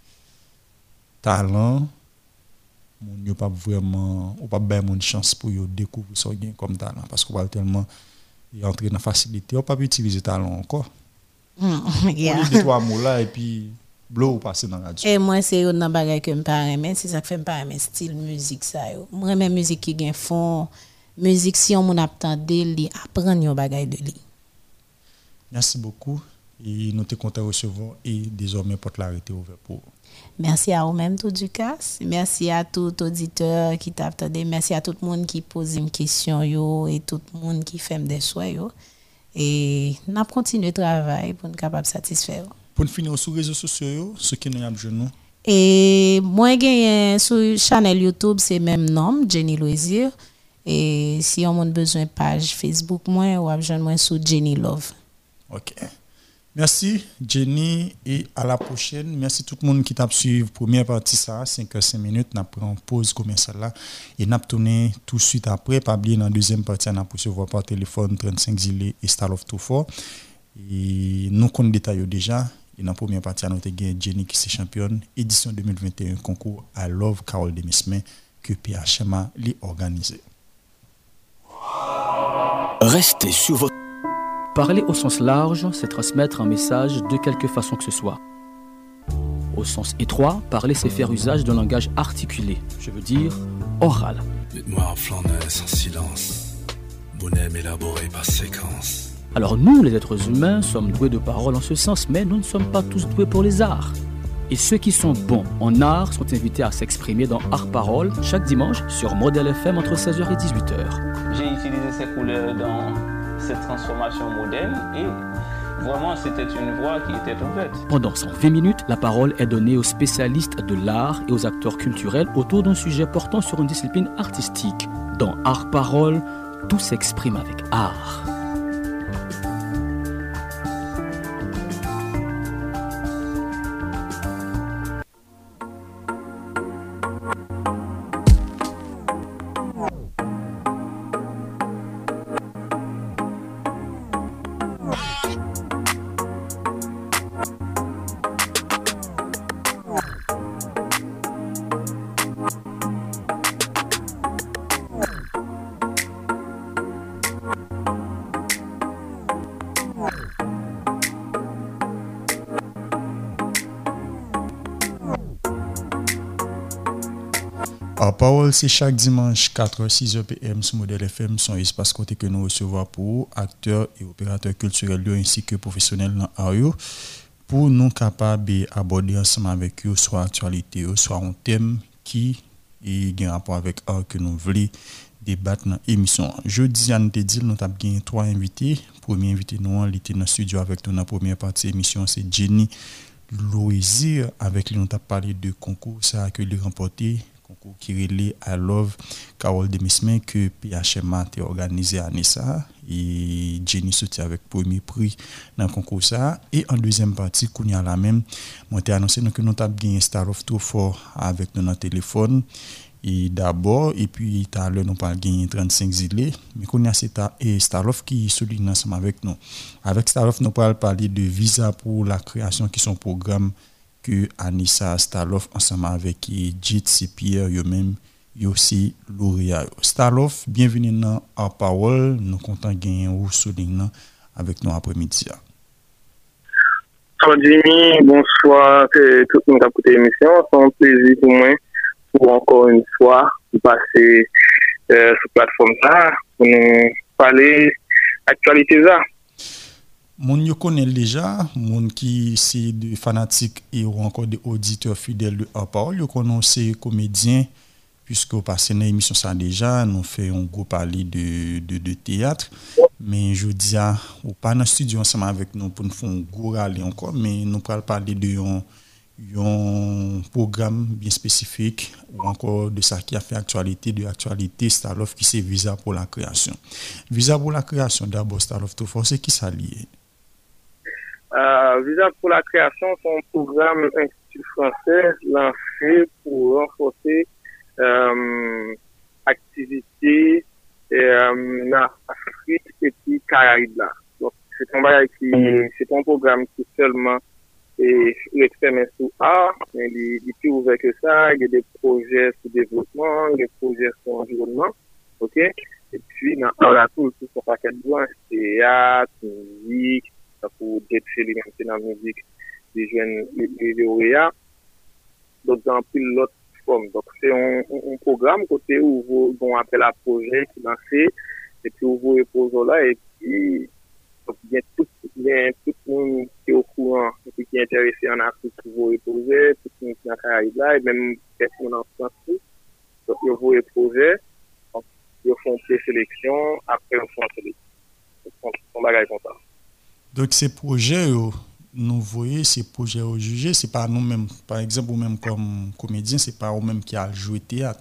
talent mon yo pas vraiment ou pas ben mon chance pour yo découvrir ça gain comme talent parce qu'on va tellement entrer dans facilité on pas utiliser talent encore mm, yeah. On dit trois mots là et puis blow passer dans la radio. Et moi c'est une bagage que me pas aimer, c'est ça que fait me pas aimer style musique ça yo. Moi même musique qui gain fond, musique si on mon attendre li apprendre yon bagage de li. Merci beaucoup et nous te content recevoir et désormais porte la arrêté ouvert pour. Merci à vous même tout du cas. Merci à tout auditeur qui t'a attendé, merci à tout le monde qui pose une question yo et tout le monde qui fait des souhaits yo et n'a continuer travail pour être capable satisfaire. Pour finir sur les réseaux sociaux, ce qui nous a besoin. Et moi gagne sur channel YouTube c'est même nom Jenny Loisir et si on a besoin page Facebook moi ou besoin moi sur Jenny Love. OK. Merci Jenny et à la prochaine. Merci tout le monde qui t'a suivi première partie ça cinq heures cinq minutes n'a pris en pause commerciale là et n'a tourné tout de suite après pas oublier dans deuxième partie on a recevoir par téléphone trente-cinq Zilé et Star of Too Fort et nous connaissons détail déjà et dans première partie on a gagné Jenny qui c'est championne édition deux mille vingt et un concours I Love Carole Demismin que P H M A l'a organisé. Restez sur votre Parler au sens large, c'est transmettre un message de quelque façon que ce soit. Au sens étroit, parler, c'est faire usage d'un langage articulé, je veux dire oral. Dites-moi en flanneuse, en silence, bonhomme élaboré par séquence. Alors nous, les êtres humains, sommes doués de parole en ce sens, mais nous ne sommes pas tous doués pour les arts. Et ceux qui sont bons en art sont invités à s'exprimer dans Art Parole chaque dimanche sur Modèle F M entre seize heures et dix-huit heures. J'ai utilisé ces couleurs dans cette transformation moderne et vraiment c'était une voie qui était ouverte. Pendant cent vingt minutes, la parole est donnée aux spécialistes de l'art et aux acteurs culturels autour d'un sujet portant sur une discipline artistique. Dans Art Parole, tout s'exprime avec art. Art Parole, c'est chaque dimanche quatre heures six heures P M sur Modèle F M, son espace côté que nous recevons pour acteurs et opérateurs culturels ainsi que professionnels dans l'art pour nous capables d'aborder ensemble avec eux soit actualité, soit un thème qui est en rapport avec l'art que nous voulons débattre dans l'émission. Jeudi, à nous te dire, nous avons gagné trois invités. Premier invité, nous, il était dans le studio avec nous dans la première partie de l'émission, c'est Jenny Loisir. Avec lui, nous avons parlé de concours, ça que lui remporté. Concours qui relève I Love Carole Demismin que P H M A a organisé à Nissa et Jenny soutient avec premier prix dans le concours ça et en deuxième partie qu'on y a la même moi t'ai annoncé que nous avons gagné Star of Too Fort avec notre téléphone et d'abord et puis tout à l'heure nous pas gagné trente-cinq Zilé mais qu'on y a c'est et Star of qui souligne ensemble avec nous avec Star of nous parle parler de visa pour la création qui sont programme que Anissa Starloff ensemble avec Jitsi Pierre eux-même et aussi lauréat. Starloff, bienvenue dans Art Parole, nous content gagner ou souligner avec nous après-midi. Bonsoir Jimmy, bonsoir tout le monde qui a écouté l'émission, c'est un plaisir pour moi pour encore une fois passer euh, sur la plateforme là pour nous parler actualité ça. Moun yo connaît déjà, moun qui c'est des fanatiques et ou encore des auditeurs fidèles de Art Parole, yo connaissent ces comédiens puisque au passé dans l'émission ça déjà, nous fait un gros parler de de de théâtre, mais je dis à ou pas dans studio ensemble avec nous pour nous faire un gros rallye encore, mais nous parler parler de un un programme bien spécifique ou encore de ça qui a fait actualité de actualité Starloff qui c'est visa pour la création. Visa pour la création d'abord Starloff tout force qui ça lié. Euh, Visa pour la création, c'est un programme institut français lancé pour renforcer euh, activité euh, dans l'Afrique et puis Caraïbes là. Donc c'est un bagage qui, c'est un programme qui seulement est expérimenté sous art, mais il est plus ouvert que ça. Il y a des projets sur développement, des projets sur environnement, ok. Et puis dans la tout, tout son paquet de blancs, théâtre, musique. Pour détruire les dans la musique des jeunes les lauréats donc dans l'autre forme donc c'est un, un programme côté où vous on appelle à projet qui lancé et puis vous reposez là et puis donc bien tout bien tout le monde qui est au courant et puis qui est intéressé en Afrique qui vous reposer tout le monde qui est en Caraïbes là et même personne en France donc ils vous reposer donc ils font une sélection après ils font sélection on bagage comme ça. Donc ces projets nous voyez ces projets au jugé c'est pas nous mêmes par exemple ou même comme comédien c'est pas nous mêmes qui a joué théâtre.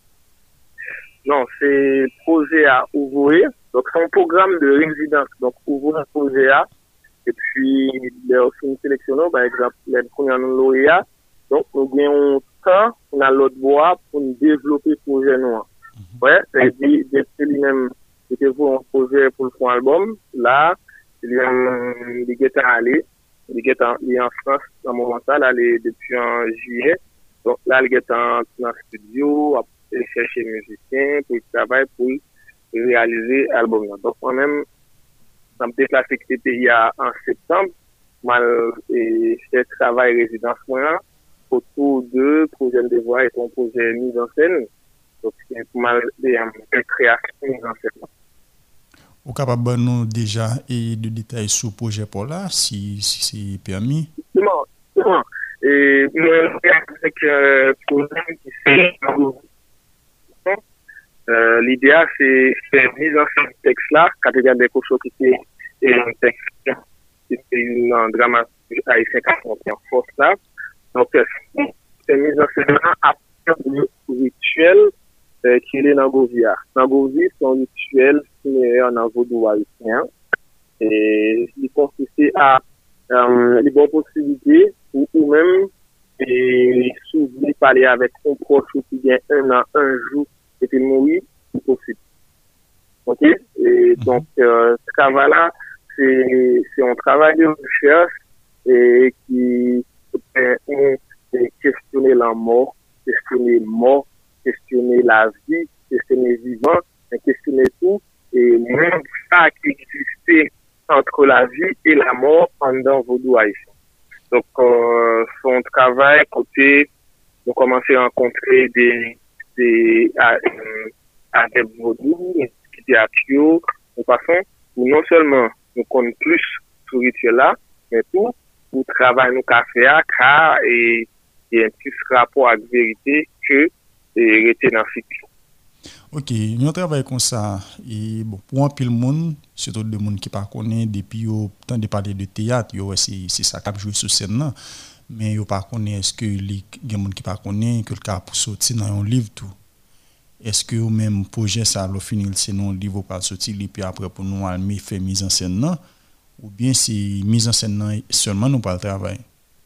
Non, c'est projet à ouvrir. Donc c'est un programme de résidence. Donc ouvrir un projet à Et puis, les films sélectionnés, par exemple, les premiers lauréats, donc nous gagnons temps, on a l'autre bois pour nous développer le projet noir. Ouais, c'est-à-dire, depuis lui-même, c'était pour un projet pour le fond album, là, il y a des guettes à aller, des guettes en France, dans le moment là, depuis en juillet. Donc là, il est en studio, à chercher musiciens, pour travailler, pour réaliser l'album. Donc moi-même, ça me déplace que c'était en septembre, mal et fait travail résidence moi autour de projet de voix et ton projet mise en scène. Donc c'est pour mal de création mise en scène. Vous êtes capable de nous déjà et de détails sur le projet pour là, si, si c'est permis? Non, non. Et moi, avec le projet qui c'est Euh, l'idéal, c'est faire mise en scène de texte là, quand il y a des cochons qui c'est un texte qui est un drame haïtien qui est en force là. Donc, c'est mise en scène là à partir du rituel euh, qui est dans Govia. Dans Govia, c'est un rituel similaire dans Vaudou haïtien. Et il consiste à euh, les bonnes possibilités ou, ou même et souvent parler avec un proche qui vient un an, un jour et puis mourir, c'est possible. Ok? Et donc, euh, ce travail-là, c'est, c'est un travail de recherche et qui permet de questionner la mort, questionner la mort, questionner la vie, questionner le vivant, questionner tout, et même ça qui existait entre la vie et la mort pendant Vaudou haïtien. Donc, euh, son travail, côté, nous commençons à rencontrer des des adeptes vaudou, qui étaient à Pio, de façon où non seulement nous connaissons plus ce rituel-là, mais tout, pour travailler nos cafés à car et il y a un plus rapport avec la vérité que et rester dans le fiction. Ok, nous travaillons comme ça. Et bon, pour un peu le monde, surtout des gens qui ne connaissent pas, depuis tant de parler de théâtre, c'est, c'est ça qui a joué sur scène là. Mais yo pas connaît est-ce que les gens qui pas connaît que le cas pour sortir dans un livre tout est-ce que au même projet ça le finir c'est non livre pas sortir et puis après pour nous aller faire mise en scène non ou bien si mise en scène non seulement nous pas le travail.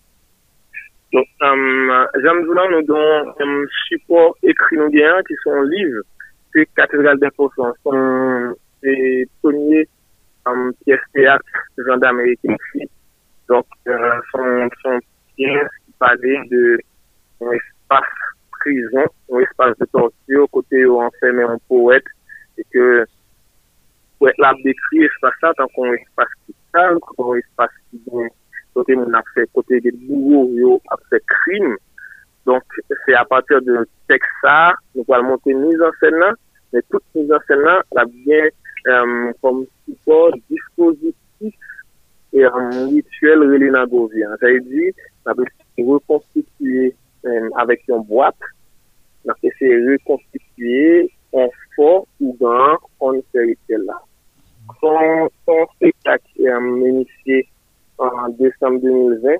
Donc um, j'aime dire nous donnons un support écrit nous gagnant qui sont livres c'est cathédrale d'importance sont les premiers um, pièces théâtre gendarme américain donc euh, sont sont qui parlait de un espace prison, un espace de torture, côté où enfermé un poète, et que poète l'a décrit espace ça tant qu'on espace qui calme, un espace qui côté mon a fait côté des bourreaux yo a fait crime. Donc c'est à partir de texte ça, nous allons monter mise en scène là, mais toute mise en scène là, la bien euh, comme support dispositif et un rituel relé dans Govia. J'ai dit, on a reconstituer euh, avec une boîte, on a essayé de reconstituer un fort ou grand en ce rituel-là. Son, son spectacle est euh, initié en décembre deux mille vingt.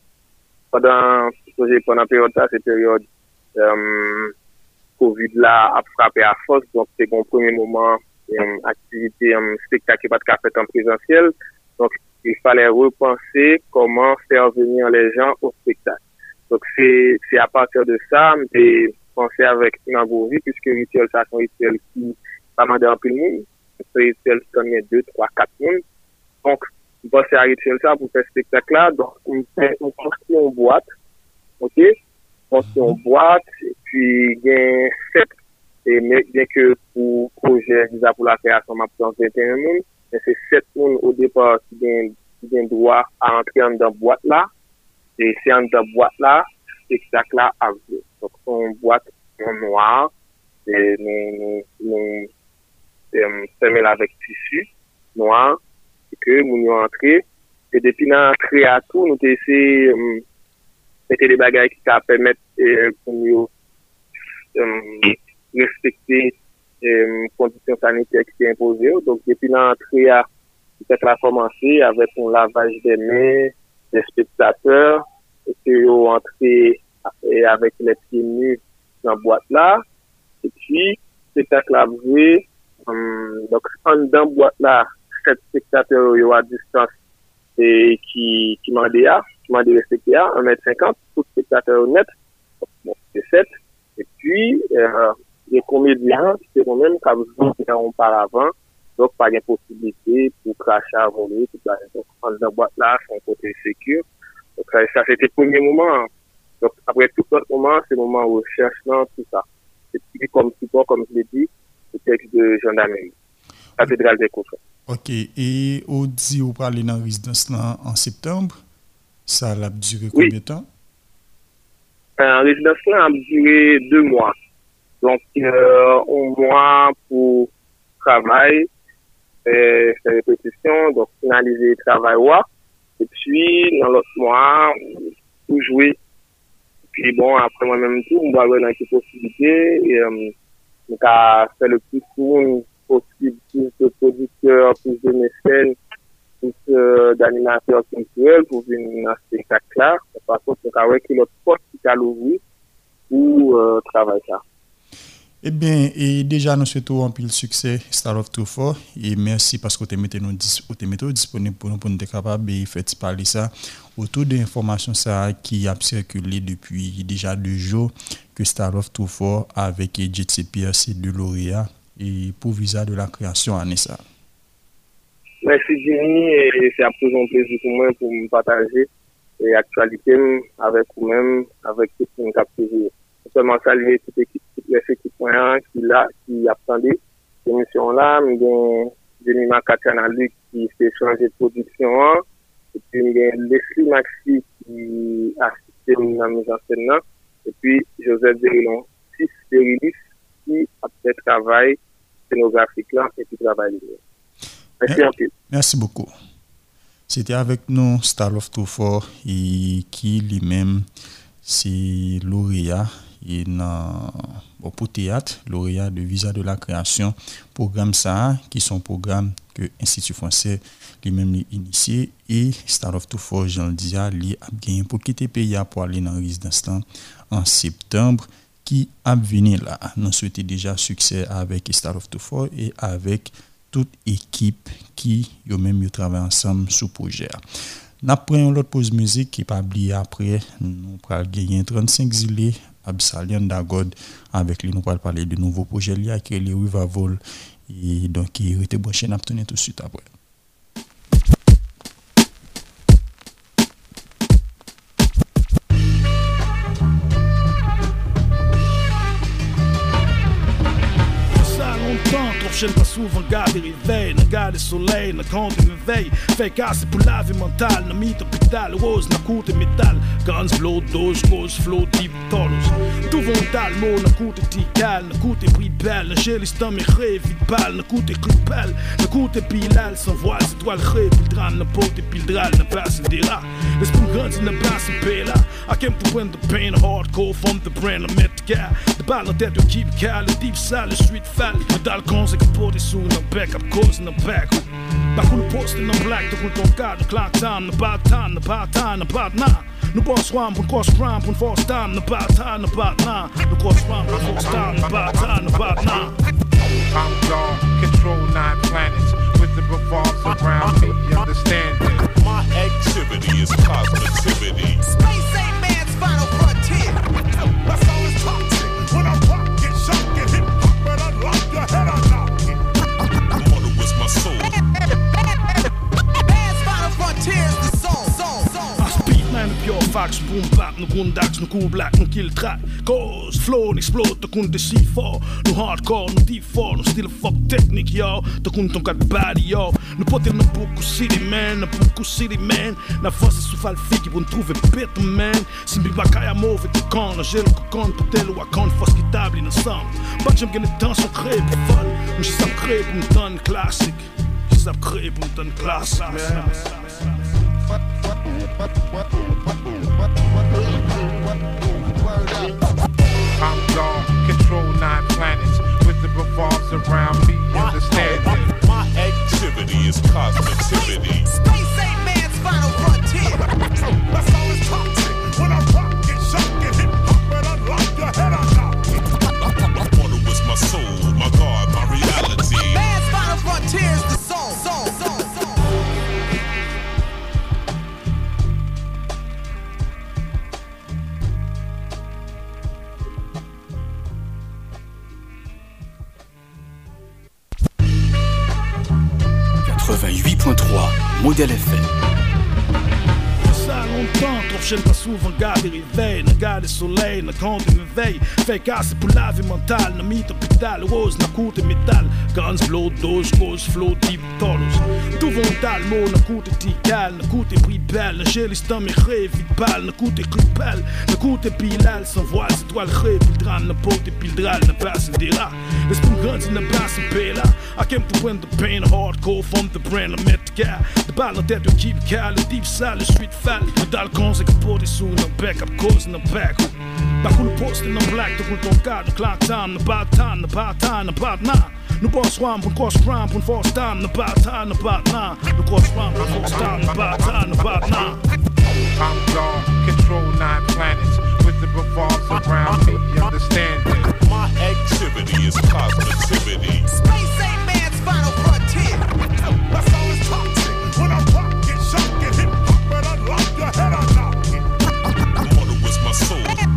Pendant, pendant la période là, cette période euh, Covid-là a frappé à force, donc c'est mon premier moment euh, activité, euh, spectacle pas de fait en présentiel. Donc, il fallait repenser comment faire venir les gens au spectacle. Donc, c'est, c'est à partir de ça, j'ai pensé avec Nagovi, puisque rituel, ça, c'est un rituel qui pas mal d'un peu le monde. C'est un rituel qui connaît deux, trois, quatre monde. Donc, on pensait à rituel ça pour faire ce spectacle-là. Donc, on fait, on construit une boîte. OK? On construit une boîte, et puis, il y a sept, et bien que pour projet, déjà pour la création, ma présence vingt et un monde, mais c'est sept personnes au départ qui ont droit à entrer dans la boîte là. Et c'est dans la boîte là, c'est ça là à jouer. Donc, c'est une boîte en noir. Et nous, nous, nous, fermons avec tissu noir. Et que nous nous entrés. Et depuis l'entrée à tout, nous avons essayé de um, mettre des bagages qui permettent euh, pour nous um, respecter les conditions sanitaires qui sont imposées. Donc, depuis l'entrée à peut-être a commencé avec un lavage des mains des spectateurs et que ont entré avec les pieds nus dans la boîte là. Et puis, le spectacle a joué. Um, donc, en dans la boîte là, sept spectateurs à distance et et qui, qui m'a dit, qui m'a dit respecter un mètre cinquante, tout spectateur net, bon, c'est sept. Et puis, euh, les comédiens, c'est moi-même qui avons joué auparavant, donc pas de possibilité pour cracher à voler, tout ça. Donc, en la boîte là, c'est un côté sécure. Donc, ça, ça c'était le premier moment. Donc, après tout autre moment, c'est le moment où je cherche, non, tout ça. C'est comme support, comme je l'ai dit, le texte de gendarmerie, cathédrale des coffres. Ok, et au dit, vous parlez dans la résidence là en septembre, ça a duré combien de temps? En résidence là a duré deux mois. Donc, euh, un mois pour travail, faire répétition, donc finaliser le travail. Et puis, dans l'autre mois, pour jouer. Puis bon, après moi-même tout, on va avoir une possibilité. Et euh, on va faire le plus souvent possible, plus de producteurs, plus de mécènes, plus euh, d'animateurs culturels pour venir dans ce spectacle-là. Parce qu'on va avoir que l'autre poste qui a l'ouvrir pour euh, travailler ça. Eh bien, et déjà, nous souhaitons un peu le succès, Star of Two Four. Et merci parce que vous mettez nous disponible pour nous, pour nous être capables de faire parler ça autour de l'information ça qui a circulé depuis déjà deux jours que Star of Two Four avec J T Pierce et de lauréat et pour visa de la création à Nessa. Merci Jimmy et c'est absolument un plaisir pour moi pour me partager l'actualité avec vous-même, avec tout le monde qui a plaisir. Seulement saluer toute l'équipe, toute l'équipe qui là, qui attendait cette émission-là. J'ai mis ma Katiana Luc qui s'est changé de production. Et puis, j'ai Leslie Maxi qui a assisté à la mise en scène. Et puis, Joseph Derilon, fils Derilis, qui a fait travail scénographique là et puis travail libre. Merci un peu. Merci beaucoup. C'était avec nous Star of Two Four et qui lui-même, c'est lauréat. Et dans bon, pour théâtre, lauréat de visa de la création, programme ça, qui sont programmes que l'Institut français lui-même initié et Star of Two Four, Jean Dia, lui a gagné pour quitter le pays pour aller dans la résidence en septembre, qui a venu là. Nous souhaitons déjà succès avec Star of Two Four et avec toute équipe qui yo même travaille ensemble sur le projet. Nous prenons l'autre pause musique qui pas oublié après, nous allons gagner trente-cinq zilés. Absalian Dagod avec lui nous allons parler de nouveaux projets liés avec les Revival et donc il était branché n'a tout de suite après. Je ne pas souvent garder réveil, ne garder soleil, ne compte me veille. Fait casser pour la vie mentale, ne mythe hôpital, rose, ne coûte métal. Guns, blow, dose, rose, flow, deep, tolos. Tout vont talmo, ne coûte tical, ne coûte prix belle, ne gèle l'estomac, rêve, vite balle, ne coûte clipel, ne coûte pilal, sans voile, c'est toi le rêve, le drame, ne pote, pile drame, ne passe des rats. L'esprit grandit, ne passe un peu là. I came to win the pain, hardcore, from the brain, le mettre gars. De balle en tête de keep cal, le deep sale, le street fall, le dalcon, c'est Put it soon, no backup, cause no back. Back on the post in the black, the good don't got the clock time, the bad time, the bad time, the bad nine. No boss rhyme, one cross rhyme, one false time, the bad time, the bad nine. No cross rhyme, one false time, the bad time, the bad nine. I'm God, control nine planets with the revolves around me, understand it. My activity is positivity. Space ain't man's final frontier. That's all it's toxic. When I rock, get shocked, get hip hop, and unlock your head, I knock. My soul. Man's final frontier is the soul. Soul. Soul. I speak man of pure facts, boom bap, no gun dax, no cool black, no kill track. Cause flow and explode, the kun de C four. No hardcore, no deep four, no still a fuck technique, yo. The kun don't got body, yo. No pot in the book city man, no book city man. Na force su fal fiki, pour trouver better man. Simbi bakaya move de con, no gelo que con, potel ou a con, force qui table in ensemble. But j'aime gagner temps sans créer pour fun. Mais je sais créer pour me donner classique. Je sais créer pour me donner classique, man. I'm God, control nine planets with the revolves around me, understand it. My activity is positivity. Space ain't man's final frontier. That's all it's toxic. When I rock, get shocked, get hip hop, and unlock your head, I knock it. Water was my soul, my God, my reality. Man's final frontier is the soul. Soul, soul, soul. bas, Modèle F M. Ça longtemps, trop chaîne pas souvent garder réveil, n'a garder soleil, n'a compte m'éveille, fait casser pour la vie mentale, n'a mis hôpital, rose, n'a coûté métal, guns, blow, dose, cause, flow, deep, tolos. Tout vont talmo, n'a coûté tical, n'a coûté prix belle, n'a gélé stomach, rêve, vite balle, n'a coûté cripel, n'a coûté pilal, sans voile, c'est toi le rêve, il drame, n'a pote, pile dral, n'a passe des rats. L'esprit grandit, n'a passe un peu là, I came to win the pain, hardcore, from the brain, la mettre gars, de balle en tête de keep cal, le deep sale, le street fall. Medal konse que pôde sous no back up cause no back. Bakul post no black to ton card no clock time no bad time no bad time no bad na. No boss one pour cross crime pour force time no bad time no bad na. No cross crime pour force time no bad time no bad na. I'm gone, control nine planets with the revolves around me. Understand it. My activity is cosmitivity. Space ain't man's final frontier. That's all it's toxic. When I'm rockin', shockin', hip hop and unlock your head, I knock it. Water was my soul.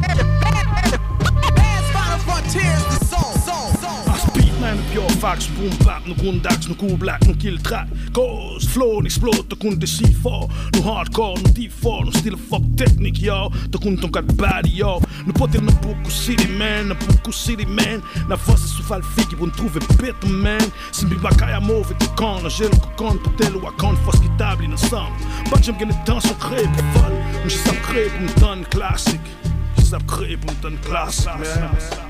Man's final frontier is the soul. Soul, soul. I speak man of pure facts, boom bap, no gundax, no cool black, no kill track. Cause flow and explode, te kun de C four. No hardcore, no D four, no still fuck technique, yo. Te kun ton kat body, yo. No pote no buku city man, no buku city man. Na force sou fal figi pour nous trouver better man. Simbi bakaya move te con, na gelo kokon, potelo wakon, force qui table ensemble. Pas j'aime gagner temps, son créé pour vol. Mais je sais créer pour une tonne classique. Je sais créer pour une tonne classique, man.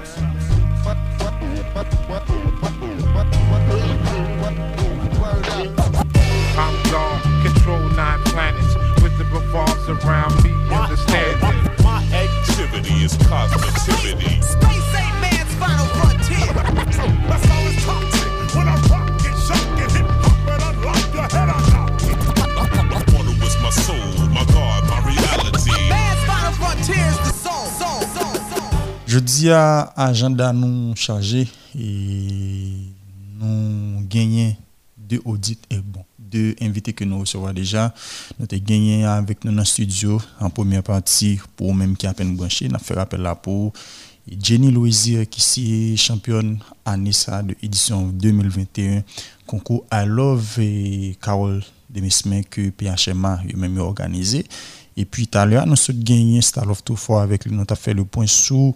I'm gone, control nine planets with the revolves around me. Understand it. My activity is cosmitivity. Space ain't man's final frontier. That's all it's toxic. When I'm rockin', shockin', hip hop and unlock your head, I knock it. Water was my soul, my God, my reality. Man's final frontier is the soul. Soul, soul, soul. Je dis à agenda nous chargé et nous gagner deux audits et bon deux invités que nous recevons déjà. Nous avons gagné avec nous dans le studio en première partie pour même qui a peine branché. Nous avons fait appel là pour Jenny Loisir qui est championne à Nissa de édition deux mille vingt et un concours I Love et Carole Demesme que P H M A a même organisé. Et puis tout à l'heure nous avons gagné Star Love Two Four avec lui. Nous avons fait le point sous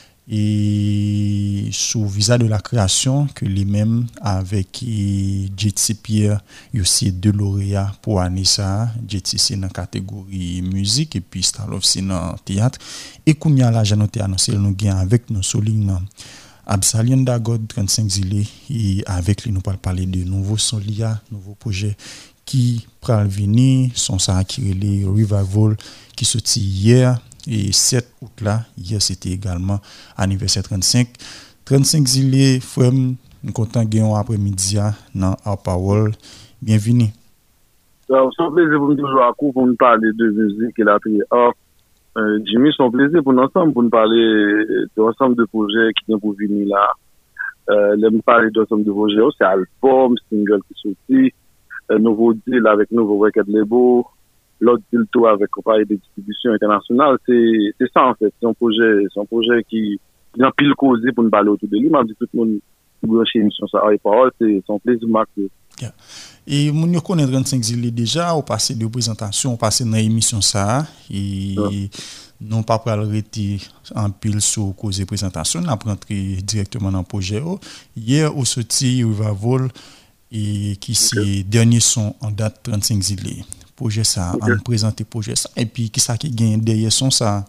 et sous visa de la création que lui-même avec J T C Pierre il aussi deux lauréats pour Anissa. J T C c'est dans la catégorie musique et puis Star Love c'est dans théâtre et Kounia là j'ai noté annoncé nous gain avec nos souligne Absalien Dagod trente-cinq zilé et avec lui nous parler de nouveaux solia nouveaux projets qui pral venir son ça qui les Revival qui sorti hier et sept août là hier c'était également anniversaire trente-cinq trente-cinq zilé frère nous content gagnons après-midi dans Our Power bienvenue. Alors c'est un plaisir pour nous toujours à court pour nous parler de musique et la prière. Ah, euh, Jimmy, c'est un plaisir pour nous ensemble pour nous parler de l'ensemble de projets qui viennent pour venir là. Euh, là me parler de l'ensemble de projets, c'est album, single qui sorti, euh, nouveau deal avec nouveau record label. L'autre deal tout avec compagnie de distribution internationale, c'est c'est ça en fait, c'est un projet, c'est un projet qui qui a pile causé pour nous parler autour de lui, m'a dit tout le monde brancher émission ça et parole, c'est son plaisir marqué. Yeah. Et moun yo connaît trente-cinq zilé déjà, au passé de présentation, au passé dans émission ça et yeah. Non pas pour arrêter en pile sur cause présentation, on a rentré directement dans le projet. Hier au sorti Revival et qui c'est okay. Dernier son en date trente-cinq zilé. Projet ça, okay. On présenter projet ça et puis qui ça qui gagne derrière son ça.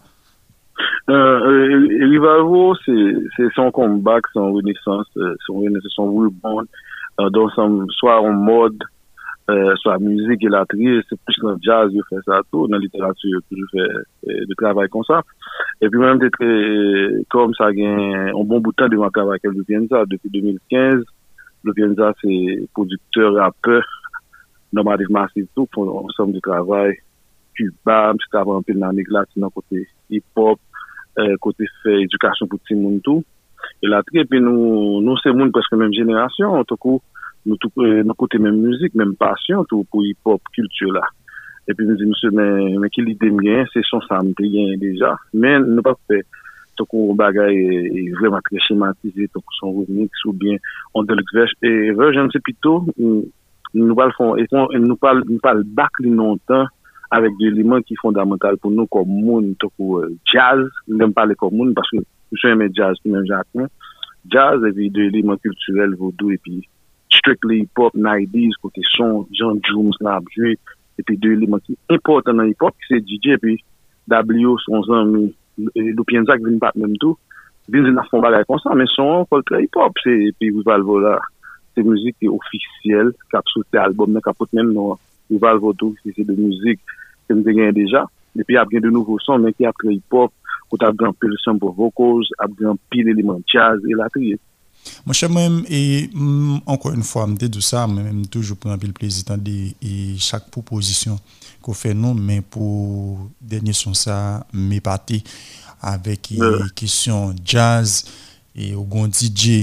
Euh, Revival c'est c'est son comeback, son renaissance, son renaissance, son reborn euh, dans son soit en mode euh, soit musique et la tri, c'est plus dans le jazz, je fais ça tout, dans la littérature, je fais euh, de travail comme ça. Et puis même d'être euh, comme ça, gagne un bon bout de temps de ma travail avec le Pienza depuis deux mille quinze. Le Pienza c'est producteur, rappeur, normatif massif tout, pour ensemble de travail, Cuba, je travaille un peu dans l'Amérique latine, côté hip-hop, euh, côté fait éducation pour tout le monde tout. Et la tri, et puis nous, nous c'est monde presque même génération, en tout cas, nous tout euh, nous côté même musique même passion tout pour hip hop culture là et puis nous dit monsieur mais mais qui l'idée bien c'est son ça me bien déjà mais nous pas fait tout qu'on bagaille est vraiment très schématisé tout son remix ou bien on de l'exverse et version c'est plutôt nous parlons nous parlons nous parlons bac longtemps avec des éléments qui sont fondamentaux pour nous comme monde comme jazz, nous n'aime pas parler comme monde parce que nous sommes jazz puis même Jacques jazz et puis des éléments culturels vaudou et puis strictly hip hop nineties côté son John Jones là joué et puis deux éléments qui importants dans hip hop c'est D J et puis W son ami le Pienza qui vient pas même tout vient dans fond bagarre comme ça mais son très hip hop c'est et puis vous voilà c'est musique officielle qui a sorti album mais capote même non vous valez tout c'est de musique que nous avons déjà et puis il y a bien de nouveaux sons mais qui a très hip hop où tu as grand pile sample vocals a grand pile éléments jazz et la trier. Moi, je même, et mm, encore une fois, je dis ça, mais même toujours prendre le plaisir de chaque proposition qu'on fait, nous, mais pour dernier son ça, m'épater avec une euh. question jazz et au grand D J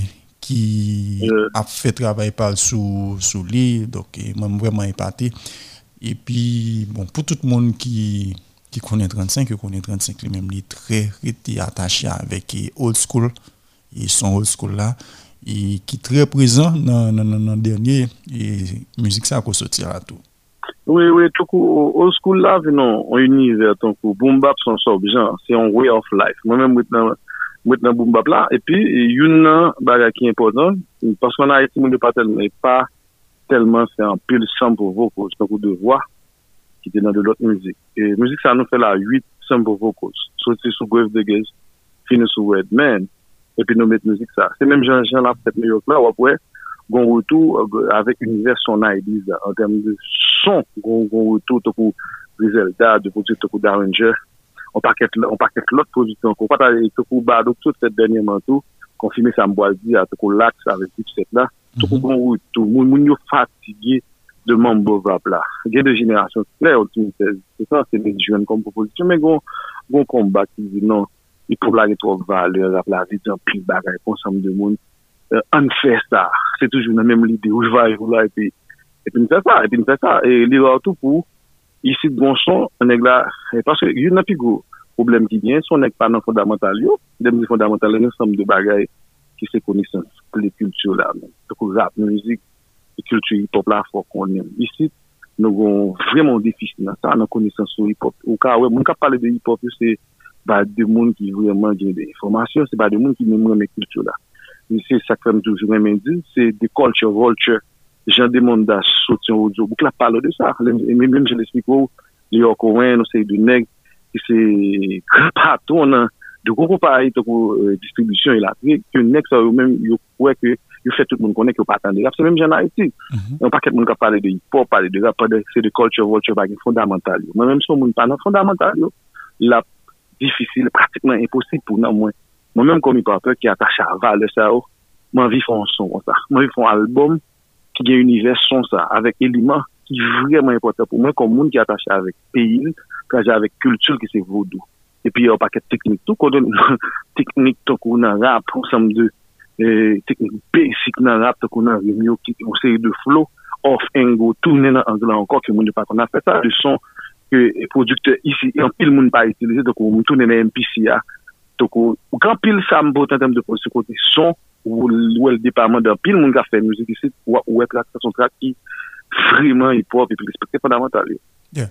qui euh. a fait travail par sous sous lui, donc moi vraiment épaté. Et puis, bon, pour tout le monde qui qui connaît trente-cinq, qui connaît trente-cinq, lui-même, il est très attaché avec old school. Et son old school là et qui est très présent dans dans dans dernier et musique ça a sorti là tout. Oui oui tout old school là non un univers donc boom bap son sort genre c'est un way of life moi même maintenant maintenant boom bap là et puis une bagarre qui est important parce qu'on a été monde pas tellement pas tellement c'est un pile sample vocals donc de voix qui était dans de l'autre musique et musique ça nous fait là huit sample vocals sorti sous Grave Diggers fini sous Redman et puis nous mettre musique ça c'est même Jean Jean la fête New York là après gon retour avec une version nineties en termes de son gon retour pour Griselda de produire pour Darringer on paquet on paquet l'autre production qu'on pas pour Bado tout cette dernièrement tout confirmer ça Mboaldi à pour Lax avec tout cette là tout gon retour moun yo fatigué de mambo rap là il y a deux générations clair c'est ça c'est des jeunes comme proposition mais gon gon combat qui dit non il faut la retrouver valeur la vie d'un pile bagaille ensemble de monde euh, on fait ça c'est toujours la même idée où je vais là et puis et puis on fait ça et puis on fait ça et il tout pour ici bon son on est là parce que il y a un plus gros problème qui vient son n'est pas dans fondamental yo des fondamental un ensemble de bagaille qui se connaissance les cultures là donc rap musique et culture hip hop là faut qu'on aime ici nous avons vraiment difficile dans ça dans connaissance sur hip hop au cas ouais mon cas parler de hip hop c'est pas de monde qui vraiment gagne des informations c'est pas de monde qui même mes culture là et c'est ça comme toujours même dit c'est des culture vulture gens des monde da sortir audio beaucoup la parle de ça et même je l'explique les Coréens c'est de nèg qui c'est partout on de gros pareil de distribution et la que nèg ça même yo ouais que yo fait tout le monde connaît que pas attendre c'est même gens Haïti on pas quelqu'un qui parler de hip hop parler de rap c'est de culture vulture pas fondamental moi même son monde pas fondamental la difficile pratiquement impossible pour nous moi moi même comme hip hopper qui attache à valeur ça moi vivre un son comme ça moi vivre un album qui a un univers son ça avec éléments qui vraiment important pour moi comme monde qui attaché avec pays qui avec culture qui c'est vaudou et puis il y a un paquet technique tout qu'on donne technique tout qu'on a rap ensemble de technique basic dans rap tout qu'on a mieux qui on série de flow off angle tourner en anglais encore que monde pas qu'on a fait ça le son que producteur ici en pile monde pas utiliser donc on tourne dans M P C A donc quand pile ça me en termes de production côté son ou le département d'un pile monde qui a fait musique ici ou ou être son track qui vraiment hip hop et puis respecter fondamental. Yeah.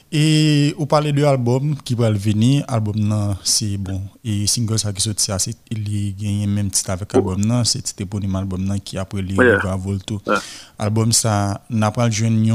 Et on parlait de album qui va venir album là c'est bon et single ça qui sorti ça c'est il gagne même titre avec album là c'est titre éponyme album là qui après les va volto album ça n'a pas jeune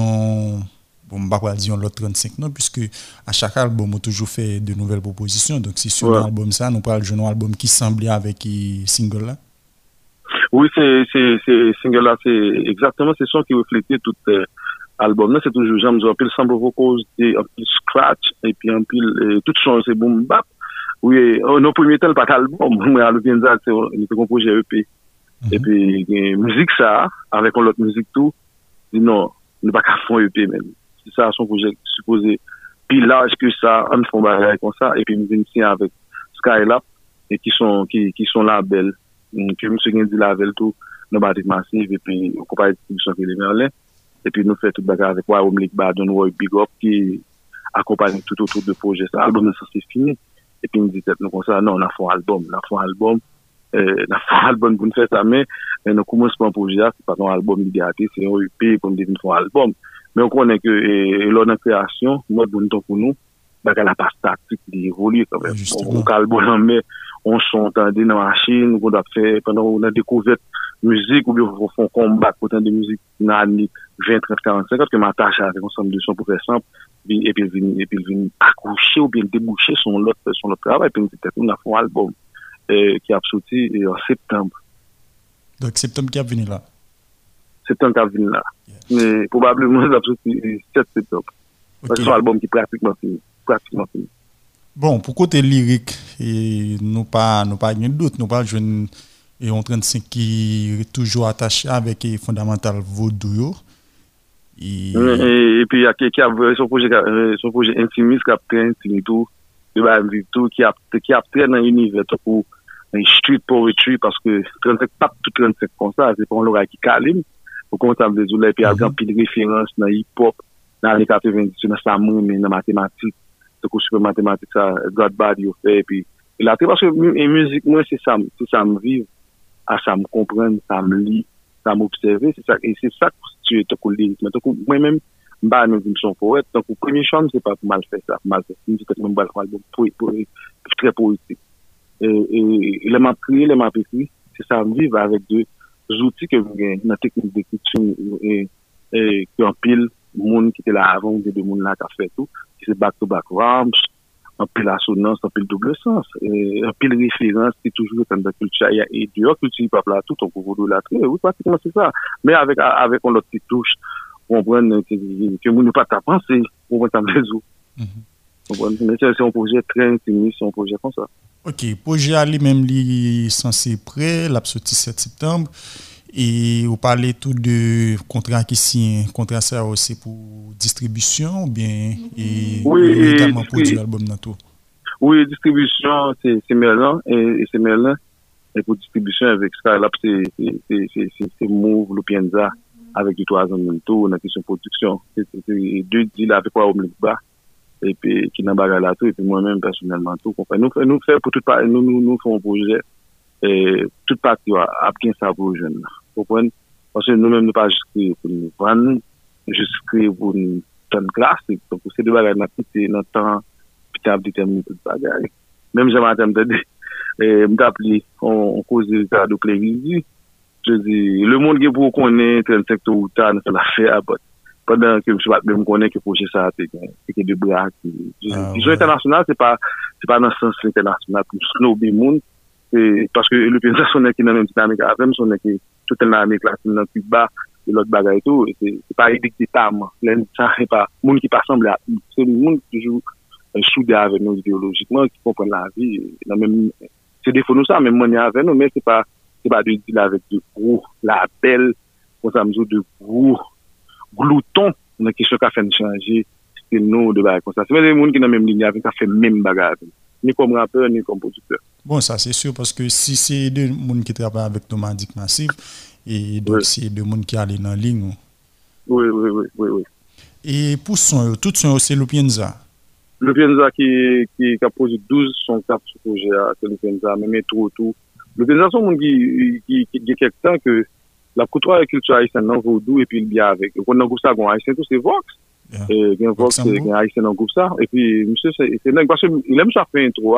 bon pas pas dire l'autre trente-cinq non puisque à chaque album on toujours fait de nouvelles propositions donc c'est sur l'album ça nous parle de un album qui semblait avec single là. Oui c'est c'est c'est single là c'est exactement c'est son qui reflétait tout euh, album là c'est toujours j'aime un pile sample vocals et un pile scratch et puis un pile tout son c'est boom bap oui nos premiers temps pas album moi à l'Opienza c'est une composé E P et puis musique ça avec l'autre musique tout non ne pas qu'à fond E P même c'est ça son projet supposé plus large que ça on font bagarre comme ça et puis nous venons avec Skylab et qui sont qui qui sont labels que monsieur gagne du label tout dans bâtiment massif et puis on compare distribution que les Merlin et puis nous fait toute bagarre avec Wyoming League Badon Roy Big Up qui accompagne tout autour de projet ça album ça c'est fini et puis nous dit nous comme ça non on a fait un album on a fait un album euh, n'a pas album pour nous faire ça, mais euh, nous commençons un projet, c'est pas un album idéaté, c'est un E P pour nous devenir un album. Mais on connaît que, et, et lors de la création, moi, bon temps pour nous, bah, la passe tactique, il évolue quand même. On calme, mais on s'entend dans la machine, on a fait, pendant on a découvert musique, ou bien on fait un combat pour de musique dans l'année vingt, trente, quarante, cinquante, que ma tâche avec un ensemble de sons pour faire simple, et puis il vient accoucher ou bien déboucher son lot, son lot travail, puis peut-être on a fait un album, euh, qui a sorti en septembre. Donc septembre qui a venu là? Septembre qui a venu là. Yeah. Mais probablement, ça a sorti sept septembre. Okay. C'est un album qui est pratiquement fini. Pratiquement fini. Bon, pour côté lyrique, et nous pas, nous pas de doute, nous pas jeune et on trente-cinq qui est toujours attaché avec les fondamentales vaudou. Et... Et, et puis il y a qui a son projet, son projet intimiste qui a très intime tout, tout qui a qui a très dans l'univers pour un street poetry parce que trente-cinq pas tout trente-cinq comme ça, c'est pas un l'oreille qui calme. Pour qu'on s'en désoule et puis il y a grand pile référence dans hip hop, dans les quatre-vingt-dix dans ça mais dans mathématiques. Donc sur mathématiques ça God Body au fait et puis là parce que la musique moi c'est ça c'est ça me vivre à ça me comprendre ça me lit ça m'observer c'est ça et c'est ça constitue ton lyrisme donc moi même bah nous sommes poètes donc le premier choix c'est pas pour mal faire ça mal faire c'est peut-être même pas le album très poétique et et le m'a créé le m'a écrit c'est ça me vivre avec deux outils que vous gagnez dans technique d'écriture et et qui en pile monde qui était là avant des deux monde là qui a fait tout c'est back to back rhymes un pile assonance un pile double sens et un pile référence qui toujours dans la culture et dehors culture hip hop là tout on peut vous la très oui pratiquement c'est ça mais avec avec on l'autre petite touche on prend que que nous pas ta penser on va t'en résoudre mais c'est un projet très intime c'est un projet comme ça. OK, projet ali même li censé prêt la sortie sept septembre. Et vous parlez tout de contrat qui signe, contrat ça aussi pour distribution ou bien et oui, également pour l'album nato. Oui, distribution c'est c'est Merlin et, et c'est Merlin et pour distribution avec Skylab c'est c'est c'est c'est c'est Move Lupienza avec du trois ans tout dans question production c'est c'est deux deals avec quoi Omliba et puis qui n'a pas là tout et puis moi-même personnellement tout nous nous fait pour toute part nous nous nous faisons un projet et toute partie a bien ça pour jeune comprendre parce que nous-mêmes nous pas juste pour nous vendre juste pour une tonne classique donc c'est de bagages n'a quitté dans temps puis t'as déterminé toute bagaille même j'ai m'attendre de et m'appelé on cause de de plaisir je dis le monde qui pour connaître trente-cinq ou tard ça l'a fait à pendant que je vais même connaître que projet ça c'est de bras qui jeu international c'est pas c'est pas dans le sens international pour snobber monde et parce que le pays sonne qui dans même dynamique avec sonne qui tout est dans l'Amérique latine dans Cuba et l'autre bagaille et tout c'est c'est pas dictatement ça c'est pas monde qui pas semble c'est le monde toujours soudé avec nous idéologiquement qui comprend la vie la même c'est des fois nous ça même manière avec nous mais c'est pas c'est pas de dire avec de gros label comme ça mesure de gros glouton dans question qu'a fait changer c'est nous de bagaille comme ça c'est les monde qui dans même ligne avec ça fait même bagaille ni comme rappeur ni comme producteur. Bon, ça c'est sûr parce que si c'est deux monde qui travaillent avec Nomadic Massive et donc oui. C'est deux monde qui allent dans ligne. Oui oui oui oui oui. Et pour son tout son c'est Lupienza. Lupienza qui qui qui a posé douze son cap sur projet c'est Lupienza même trop tout. Lupienza son monde qui qui qui qui quelque temps que la culture culture haïtienne dans vaudou et puis il bien avec. On a ça gon haïtien tout c'est Vox. Yeah. Et il y a un Vox qui est haïtien dans le groupe ça et puis monsieur c'est c'est parce que il aime ça faire intro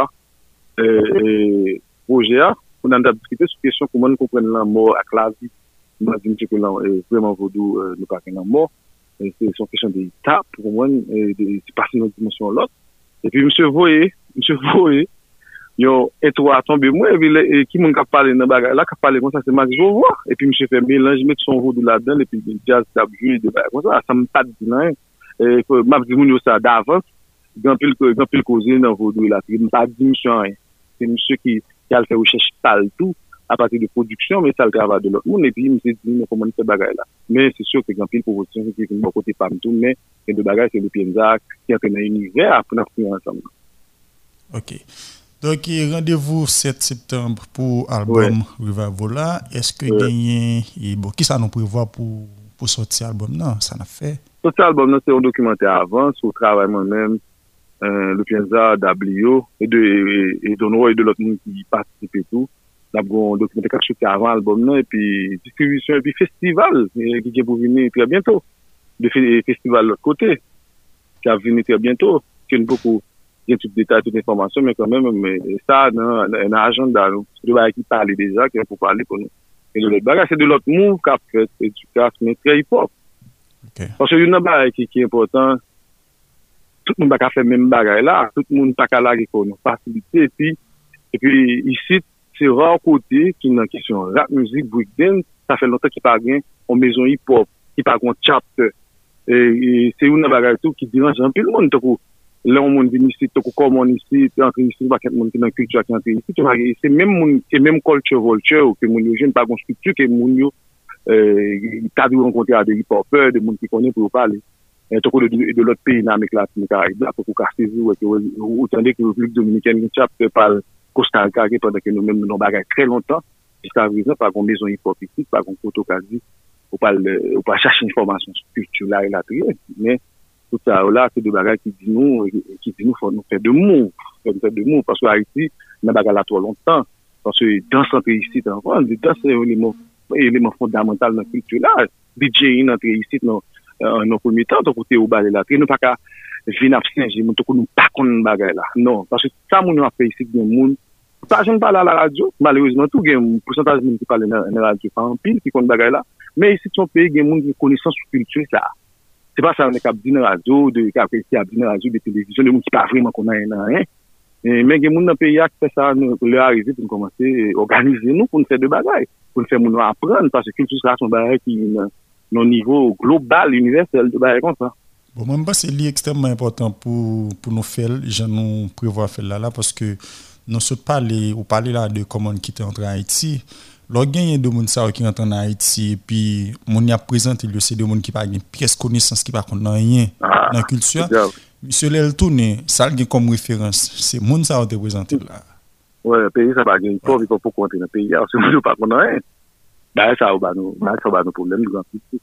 et projet on a discuté sur question comment nous comprendre la mort avec la vie moi je dis que là vraiment vaudou ne pas qu'un mort c'est une question d'étape pour moi c'est passer dans une dimension l'autre et puis monsieur voyez monsieur voyez yo intro a tombé moi et qui m'ont parlé dans bagarre là qui parler comme ça c'est Max Vovo et puis monsieur fait mélange mettre son vaudou là-dedans et puis le jazz t'a joué de bagarre comme ça ça me pas dit rien et que m'a dit moun ça d'avance grand pile grand pile causer dans vaudou là il pas dit monsieur rien c'est monsieur qui qui a fait recherche tal tout à partir de production mais ça le travail de l'autre monde et puis monsieur dit comment faire bagaille là mais c'est sûr que grand pile proposition qui est bon côté pas tout mais et de bagaille c'est le Pienza qui est dans univers pour nous ensemble. OK. Donc rendez-vous sept septembre pour album ouais. Rival est-ce que ouais. Gagné et bon qui ça nous prévoit pour pour sortir album non ça n'a fait cet album c'est un documentaire avant sur le travail moi-même euh, le Pienza W et de et, et de nous et de l'autre monde qui participe et tout Nous avons documenté quelque chose avant l'album, et puis distribution, et puis festival, qui est pour venir très bientôt. De festival de l'autre côté, qui va venir très bientôt. Qui a beaucoup de détails, toute information, mais quand même, mais ça, dans un agenda, c'est de qui parle déjà, qui est pour parler pour nous. Et de l'autre bagage, c'est de l'autre move qu'a fait, c'est du cas, mais très hip-hop. Okay. Parce qu'il y a une bagage qui, qui est important, tout le monde n'a pas fait le même bagage là, tout le monde n'a pas qu'à la facilité, et puis, et puis, ici, c'est rare côté qui est une question rap musique, breakdance, ça fait longtemps qu'il n'y a pas rien en maison hip-hop, qui n'a pas un chapter. Et, et c'est une bagage tout qui dérange un peu le monde. Là, on monde vient ici, comme on ici, entre ici, pas quelqu'un qui est dans la culture qui entre ici. C'est même monde, c'est même culture vulture que mon jeune pas une structure que mon yo euh t'as dû rencontrer des hip-hopers, des monde qui connaissent pour parler. Et tout de de l'autre pays dans l'Amérique latine, Caraïbes, pour qu'on casse ou ou tandis que la République dominicaine qui chapter par Costa Rica pendant que nous même nous bagarre très longtemps. Jusqu'à présent, pas une maison hip-hop ici, pas une photo quasi. Ou pas ou pas chercher information culturelle là mais tout ça là c'est des bagages qui dit nous qui dit nous faut nous faire de mots faire de mots parce que Haïti n'a pas là trop longtemps parce que dans centre ici dans dans c'est élément élément fondamental dans la culture là DJing entre ici non en premier temps donc côté au balai là nous pas qu'à venir abstinge nous nous pas connait bagages là non parce que ça mon a fait ici des monde pas je ne parle à la radio malheureusement tout gain pourcentage de monde qui parle dans la radio pas en pile qui connait bagages là. Mais ici, son pays, il y a des gens qui connaissance sur culture, ça. C'est pas ça, on est capable de dire radio, de capable de dire radio, de télévision, des gens qui pas vraiment connaissent rien. Mais il y a des gens dans le pays qui fait ça, pour leur arriver, pour commencer à organiser nous, pour nous faire des bagages, pour nous faire nous apprendre, parce que culture sera son bagage qui est au niveau global, universel, de bagages comme ça. Bon, moi, je pense que c'est extrêmement important pour, pour nous faire, je nous prévois faire là, là, parce que nous sommes parlé, ou parler là de comment quitter entre Haïti. Lorsqu'il y a des gens qui rentrent en Haïti et puis on y a présenté le c'est des gens qui pas une pièce connaissance qui pas connaît rien ah, dans la culture. Monsieur Lel tourner ça a comme référence, c'est monde ça ont présenté là. Ouais, pays ça pas gagne pas il faut pour compter dans pays parce que nous pas connaît rien. Bah ça va nous, ça va nos problèmes grand petit.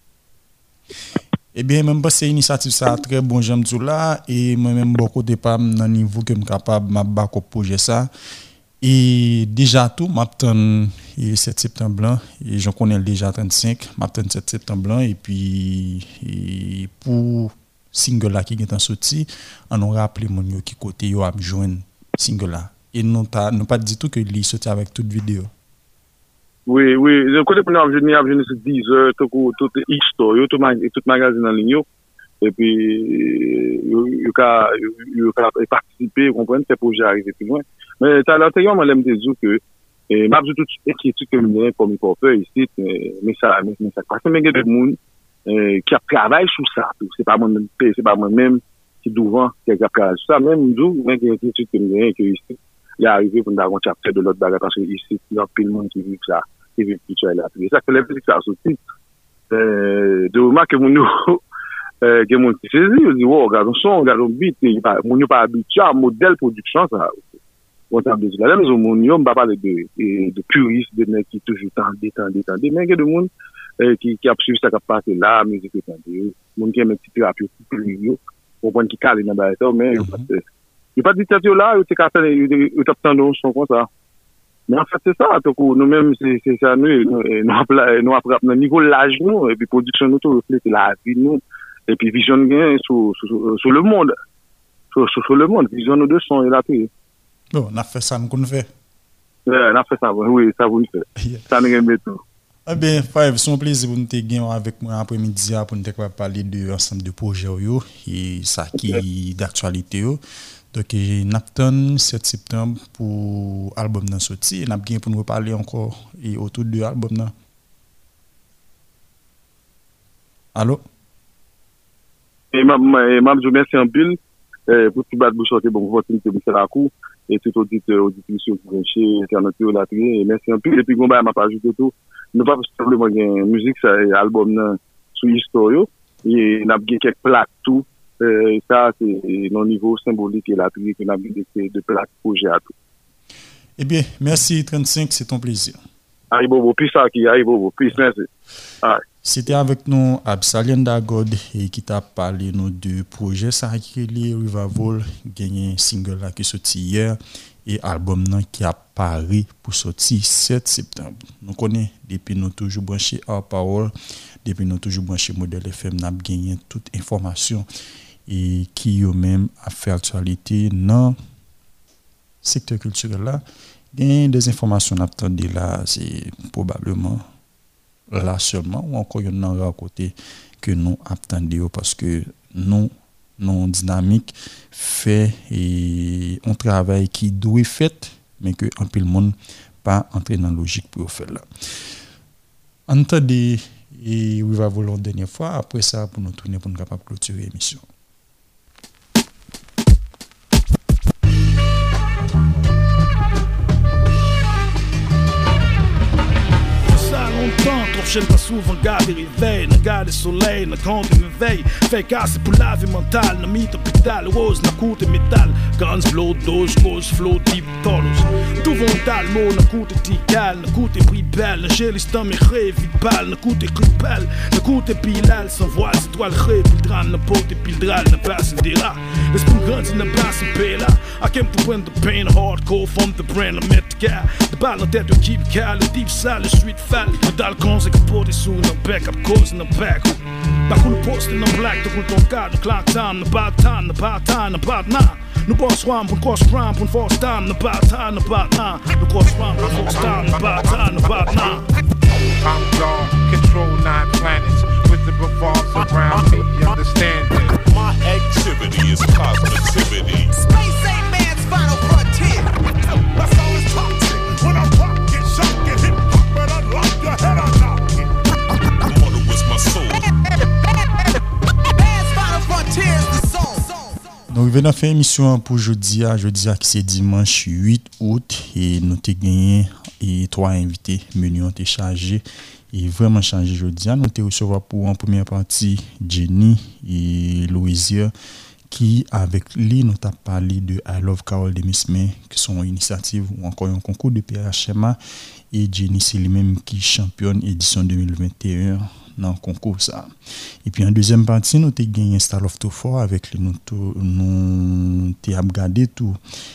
Eh bien même pas c'est initiative ça très bon j'aime tout là et moi même beaucoup de pas dans niveau que me capable m'a ba ko projet ça. Et déjà tout, m'attend le sept septembre et j'en connais déjà trente-cinq, m'attend le sept septembre et puis et pour single là qui est en sorti, on aura appelé mon yo qui côté yo a joindre single là et non pas non pas dit tout que il sorti avec toute vidéo. Oui oui, le côté pour nous venir à venir sur dix heures tout tout histoire, tout tout magazine en ligne et puis yo yo ka yo ka participer, comprendre ce projet arriver plus loin. Mais t'as l'intérieur, moi, j'aime dire que, et, m'a dit toute inquiétude que nous comme hip-hopper ici, mais ça, mais ça, parce que il y a des gens, qui a travaillé sur ça. C'est pas moi-même, c'est pas moi-même qui devant, qui a travaillé sur ça. Même nous, mais il y a des inquiétudes que nous avons, que ici, il est arrivé pour nous avoir un chapter de l'autre bagarre, parce que ici, il y a plein de monde qui vit ça, qui vit tout ça, là. Et ça, c'est la musique, ça, aussi. Euh, de remarquer que nous, euh, que mon petit saisi, il dit, oh, regarde, on son, regarde, on beat, mon n'est pas habitué à un modèle production, ça. On t'a dit, la maison, mon yon, pas parler de, de puristes, de mecs qui toujours tendent, tendent, tendent, mais il y a des gens, qui, qui a suivi ça, qui a passé là, musique, tendent, mon qui aime un petit thérapie, plus yo, pour prendre qui cale dans la bataille, mais, il n'y a pas de dictature là, il y a pas de son comme ça. Mais en fait, c'est ça, nous-mêmes, c'est ça, nous, nous apprenons à niveau l'âge, nous, et puis production, nous, tout reflète la vie, nous, et puis vision, sur, sur, sur le monde, sur, sur le monde, vision, nous deux sont, et la paix. Bon, on a fait ça, nous fait. Oui, on a fait ça, oui, ça vous le fait. Ça nous aime tout. Eh bien, Five, c'est un plaisir pour nous te avec moi après-midi pour nous parler de l'ensemble de projets et ça qui est d'actualité. Donc, Napton, sept septembre pour l'album dans sorti. Et nous pour nous parler encore et autour de l'album. Allô? Et ma je merci un peu pour tout battre bouche bon opportunité de faire la cour et tout auditeur auditrice pour chez internet la trier et merci un peu et puis on va m'a pas ajouter tout nous pas simplement une musique ça album sur histoire et n'a bien quelques plaques tout ça c'est non niveau symbolique et la trier que n'a bien de plaques projet à tout. Eh bien merci trente-cinq c'est ton plaisir. Aïe bobo puis ça qui aïe bobo puis merci. Aïe. C'était avec nous Absalien Dagod et qui t'a parlé nous du projet ça qui est Rivervol gagné single là qui sorti hier et album nan qui apparaît pour sortir sept septembre. Nous connaissons depuis nous toujours branché Our Power, depuis nous toujours branché Modèle F M, n'a gagné toute information et qui yo même a fait actualité dans secteur culturel là. Gain des informations n'attendez là, c'est probablement là seulement ou encore yon nan à côté que nous attendons parce que nous non dynamique fait et un travail qui doit fait mais que en pile monde pas entrer dans logique pour faire là. Entendez et oui va voler une dernière fois après ça pour nous tourner pour nous capable clôturer l'émission. Longtemps, trop chaîne pas souvent garder réveil, n'a garder soleil, n'a compte me veille, fait casser pour la vie mentale, n'a mis hôpital, rose, n'a coûté métal, guns, blow, dose, cause, flow, deep, tolos. Tout vont talmo, n'a coûté tical, n'a coûté bribel, n'a gélistan, mais rêve, bal, n'a coûté clipel, n'a coûté pilal, sans voix, c'est toi le rêve, pildran, n'a pote, pildral, n'a pas des rats. L'esprit grandit, n'a pas un péla, I came to win the pain, hardcore, from the brain, la mettre gars, de balle en tête, de keep cal, le deep sale, le street fall. Dans le con, c'est que pour des sous, no backup, cause, no back. Pas cool poste, no black, de cool ton cas, no clock time, no bad time, no bad time, no bad nah. No boss rhyme, pour cross rhyme, pour force time, no bad time, no bad nah. No cross rhyme, pour force time, no bad time, no bad nah. I'm God, control nine planets with the revolves around me, understand it. My activity is positivity. Space ain't man's final frontier. That's all it's toxic. When I rock it, shock it, hip hop, and unlock your head, I knock it. Water was my soul. Man's final frontier is the soul. Nous venons faire émission pour jeudi à jeudi à qui c'est dimanche huit août et nous t'ai gagné et trois invités menu ont été chargés et vraiment changé jeudi à nous t'ai recevoir pour en première partie Jenny et Louisia qui avec lui nous t'a parlé de I Love Carol de Miss May qui sont une initiative ou encore un concours de P H M A et Jenny c'est lui-même qui championne édition deux mille vingt et un dans le concours ça. Et puis en deuxième partie nous t'ai gagné Star of Too Far avec lui nous nous t'ai regardé tout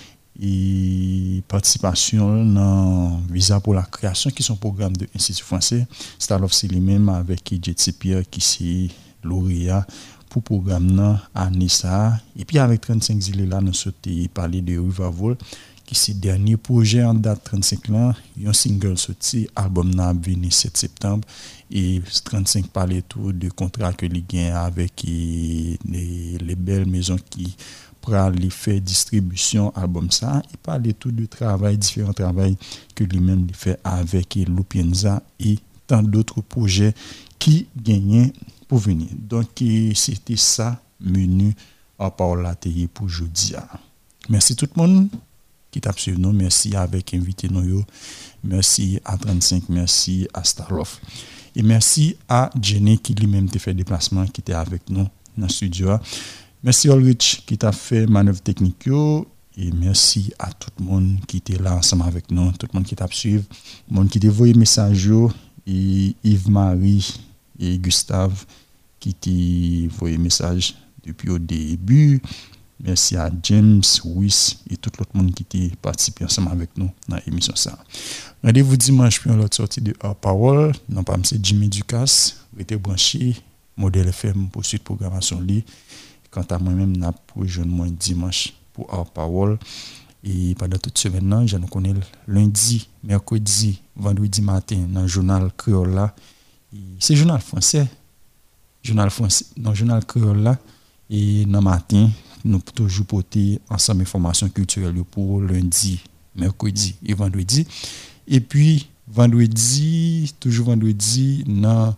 et participation dans visa pour la création qui sont programme de Institut français Star of c'est lui-même avec J T Pierre qui c'est lauréat pour programme nan année ça et puis avec trente-cinq zile là nous sauté parler de Rivervol qui c'est dernier projet en date trente-cinq là un single sorti album n'a venu sept septembre et trente-cinq parlait tout de contrat que il gagne avec les, les belles maisons qui pour les faire distribution album ça il parlait tout de travail différents travail que lui-même il fait avec Lupienza et tant d'autres projets qui gagnaient pour venir. Donc c'était ça menu à part la télé pour jeudi. Merci tout le monde qui t'a suivi nous, merci avec invité nous, merci à trente-cinq, merci à Starlof et merci à Jenny qui lui-même t'a fait déplacement qui était avec nous dans le studio. Merci Ulrich qui t'a fait manœuvre technique et merci à tout le monde qui était là ensemble avec nous, tout le monde qui t'a suivi, le monde qui t'a envoyé message et Yves Marie et Gustave qui t'a envoyé message depuis au début. Merci à James, Wiss et tout l'autre monde qui t'a participé ensemble avec nous dans l'émission ça. Rendez-vous dimanche pour l'autre sortie de Our Power. Non pas c'est Jimmy Ducasse, restez branché Modèle F M pour suite programmation li. Quant à moi-même n'a pour jeune moi dimanche pour Our Power et pendant toute semaine là, je nous connais lundi, mercredi, vendredi matin dans le journal créole là. C'est journal français. Journal français, dans le journal créole là et dans matin nous toujours porter ensemble information culturelle pour lundi, mercredi et vendredi. Et puis vendredi, toujours vendredi dans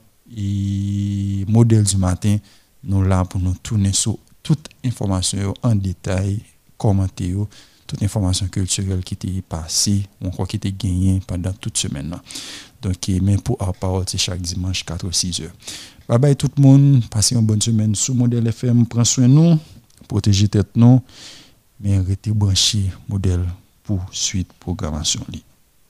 et modèle du matin, nous là pour nous tourner sur toute information en détail, commenter toute information culturelle qui était passée ou encore qui était gagnée pendant toute semaine là. Donc même pour Our Power c'est chaque dimanche quatre à six heures. Bye bye tout le monde, passez une bonne semaine sur Modèle F M, prends soin de nous, protégez tête nous, mais restez branchés Modèle pour suite programmation li.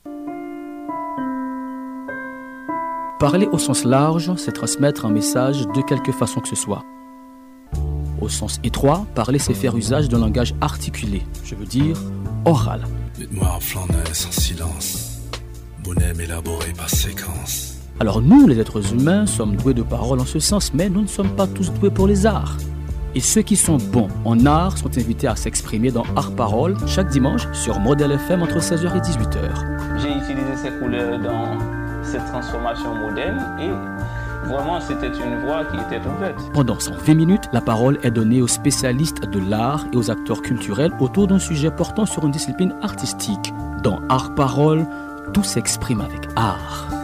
Parler au sens large, c'est transmettre un message de quelque façon que ce soit. Au sens étroit, parler, c'est faire usage d'un langage articulé, je veux dire oral. Dites-moi en flaneur sans silence, bonhomme élaboré par séquence. Alors nous, les êtres humains, sommes doués de parole en ce sens, mais nous ne sommes pas tous doués pour les arts. Et ceux qui sont bons en art sont invités à s'exprimer dans Art Parole chaque dimanche sur Modèle F M entre seize heures et dix-huit heures. J'ai utilisé ces couleurs dans cette transformation moderne et vraiment c'était une voie qui était ouverte. Pendant cent vingt minutes, la parole est donnée aux spécialistes de l'art et aux acteurs culturels autour d'un sujet portant sur une discipline artistique. Dans Art Parole, tout s'exprime avec art.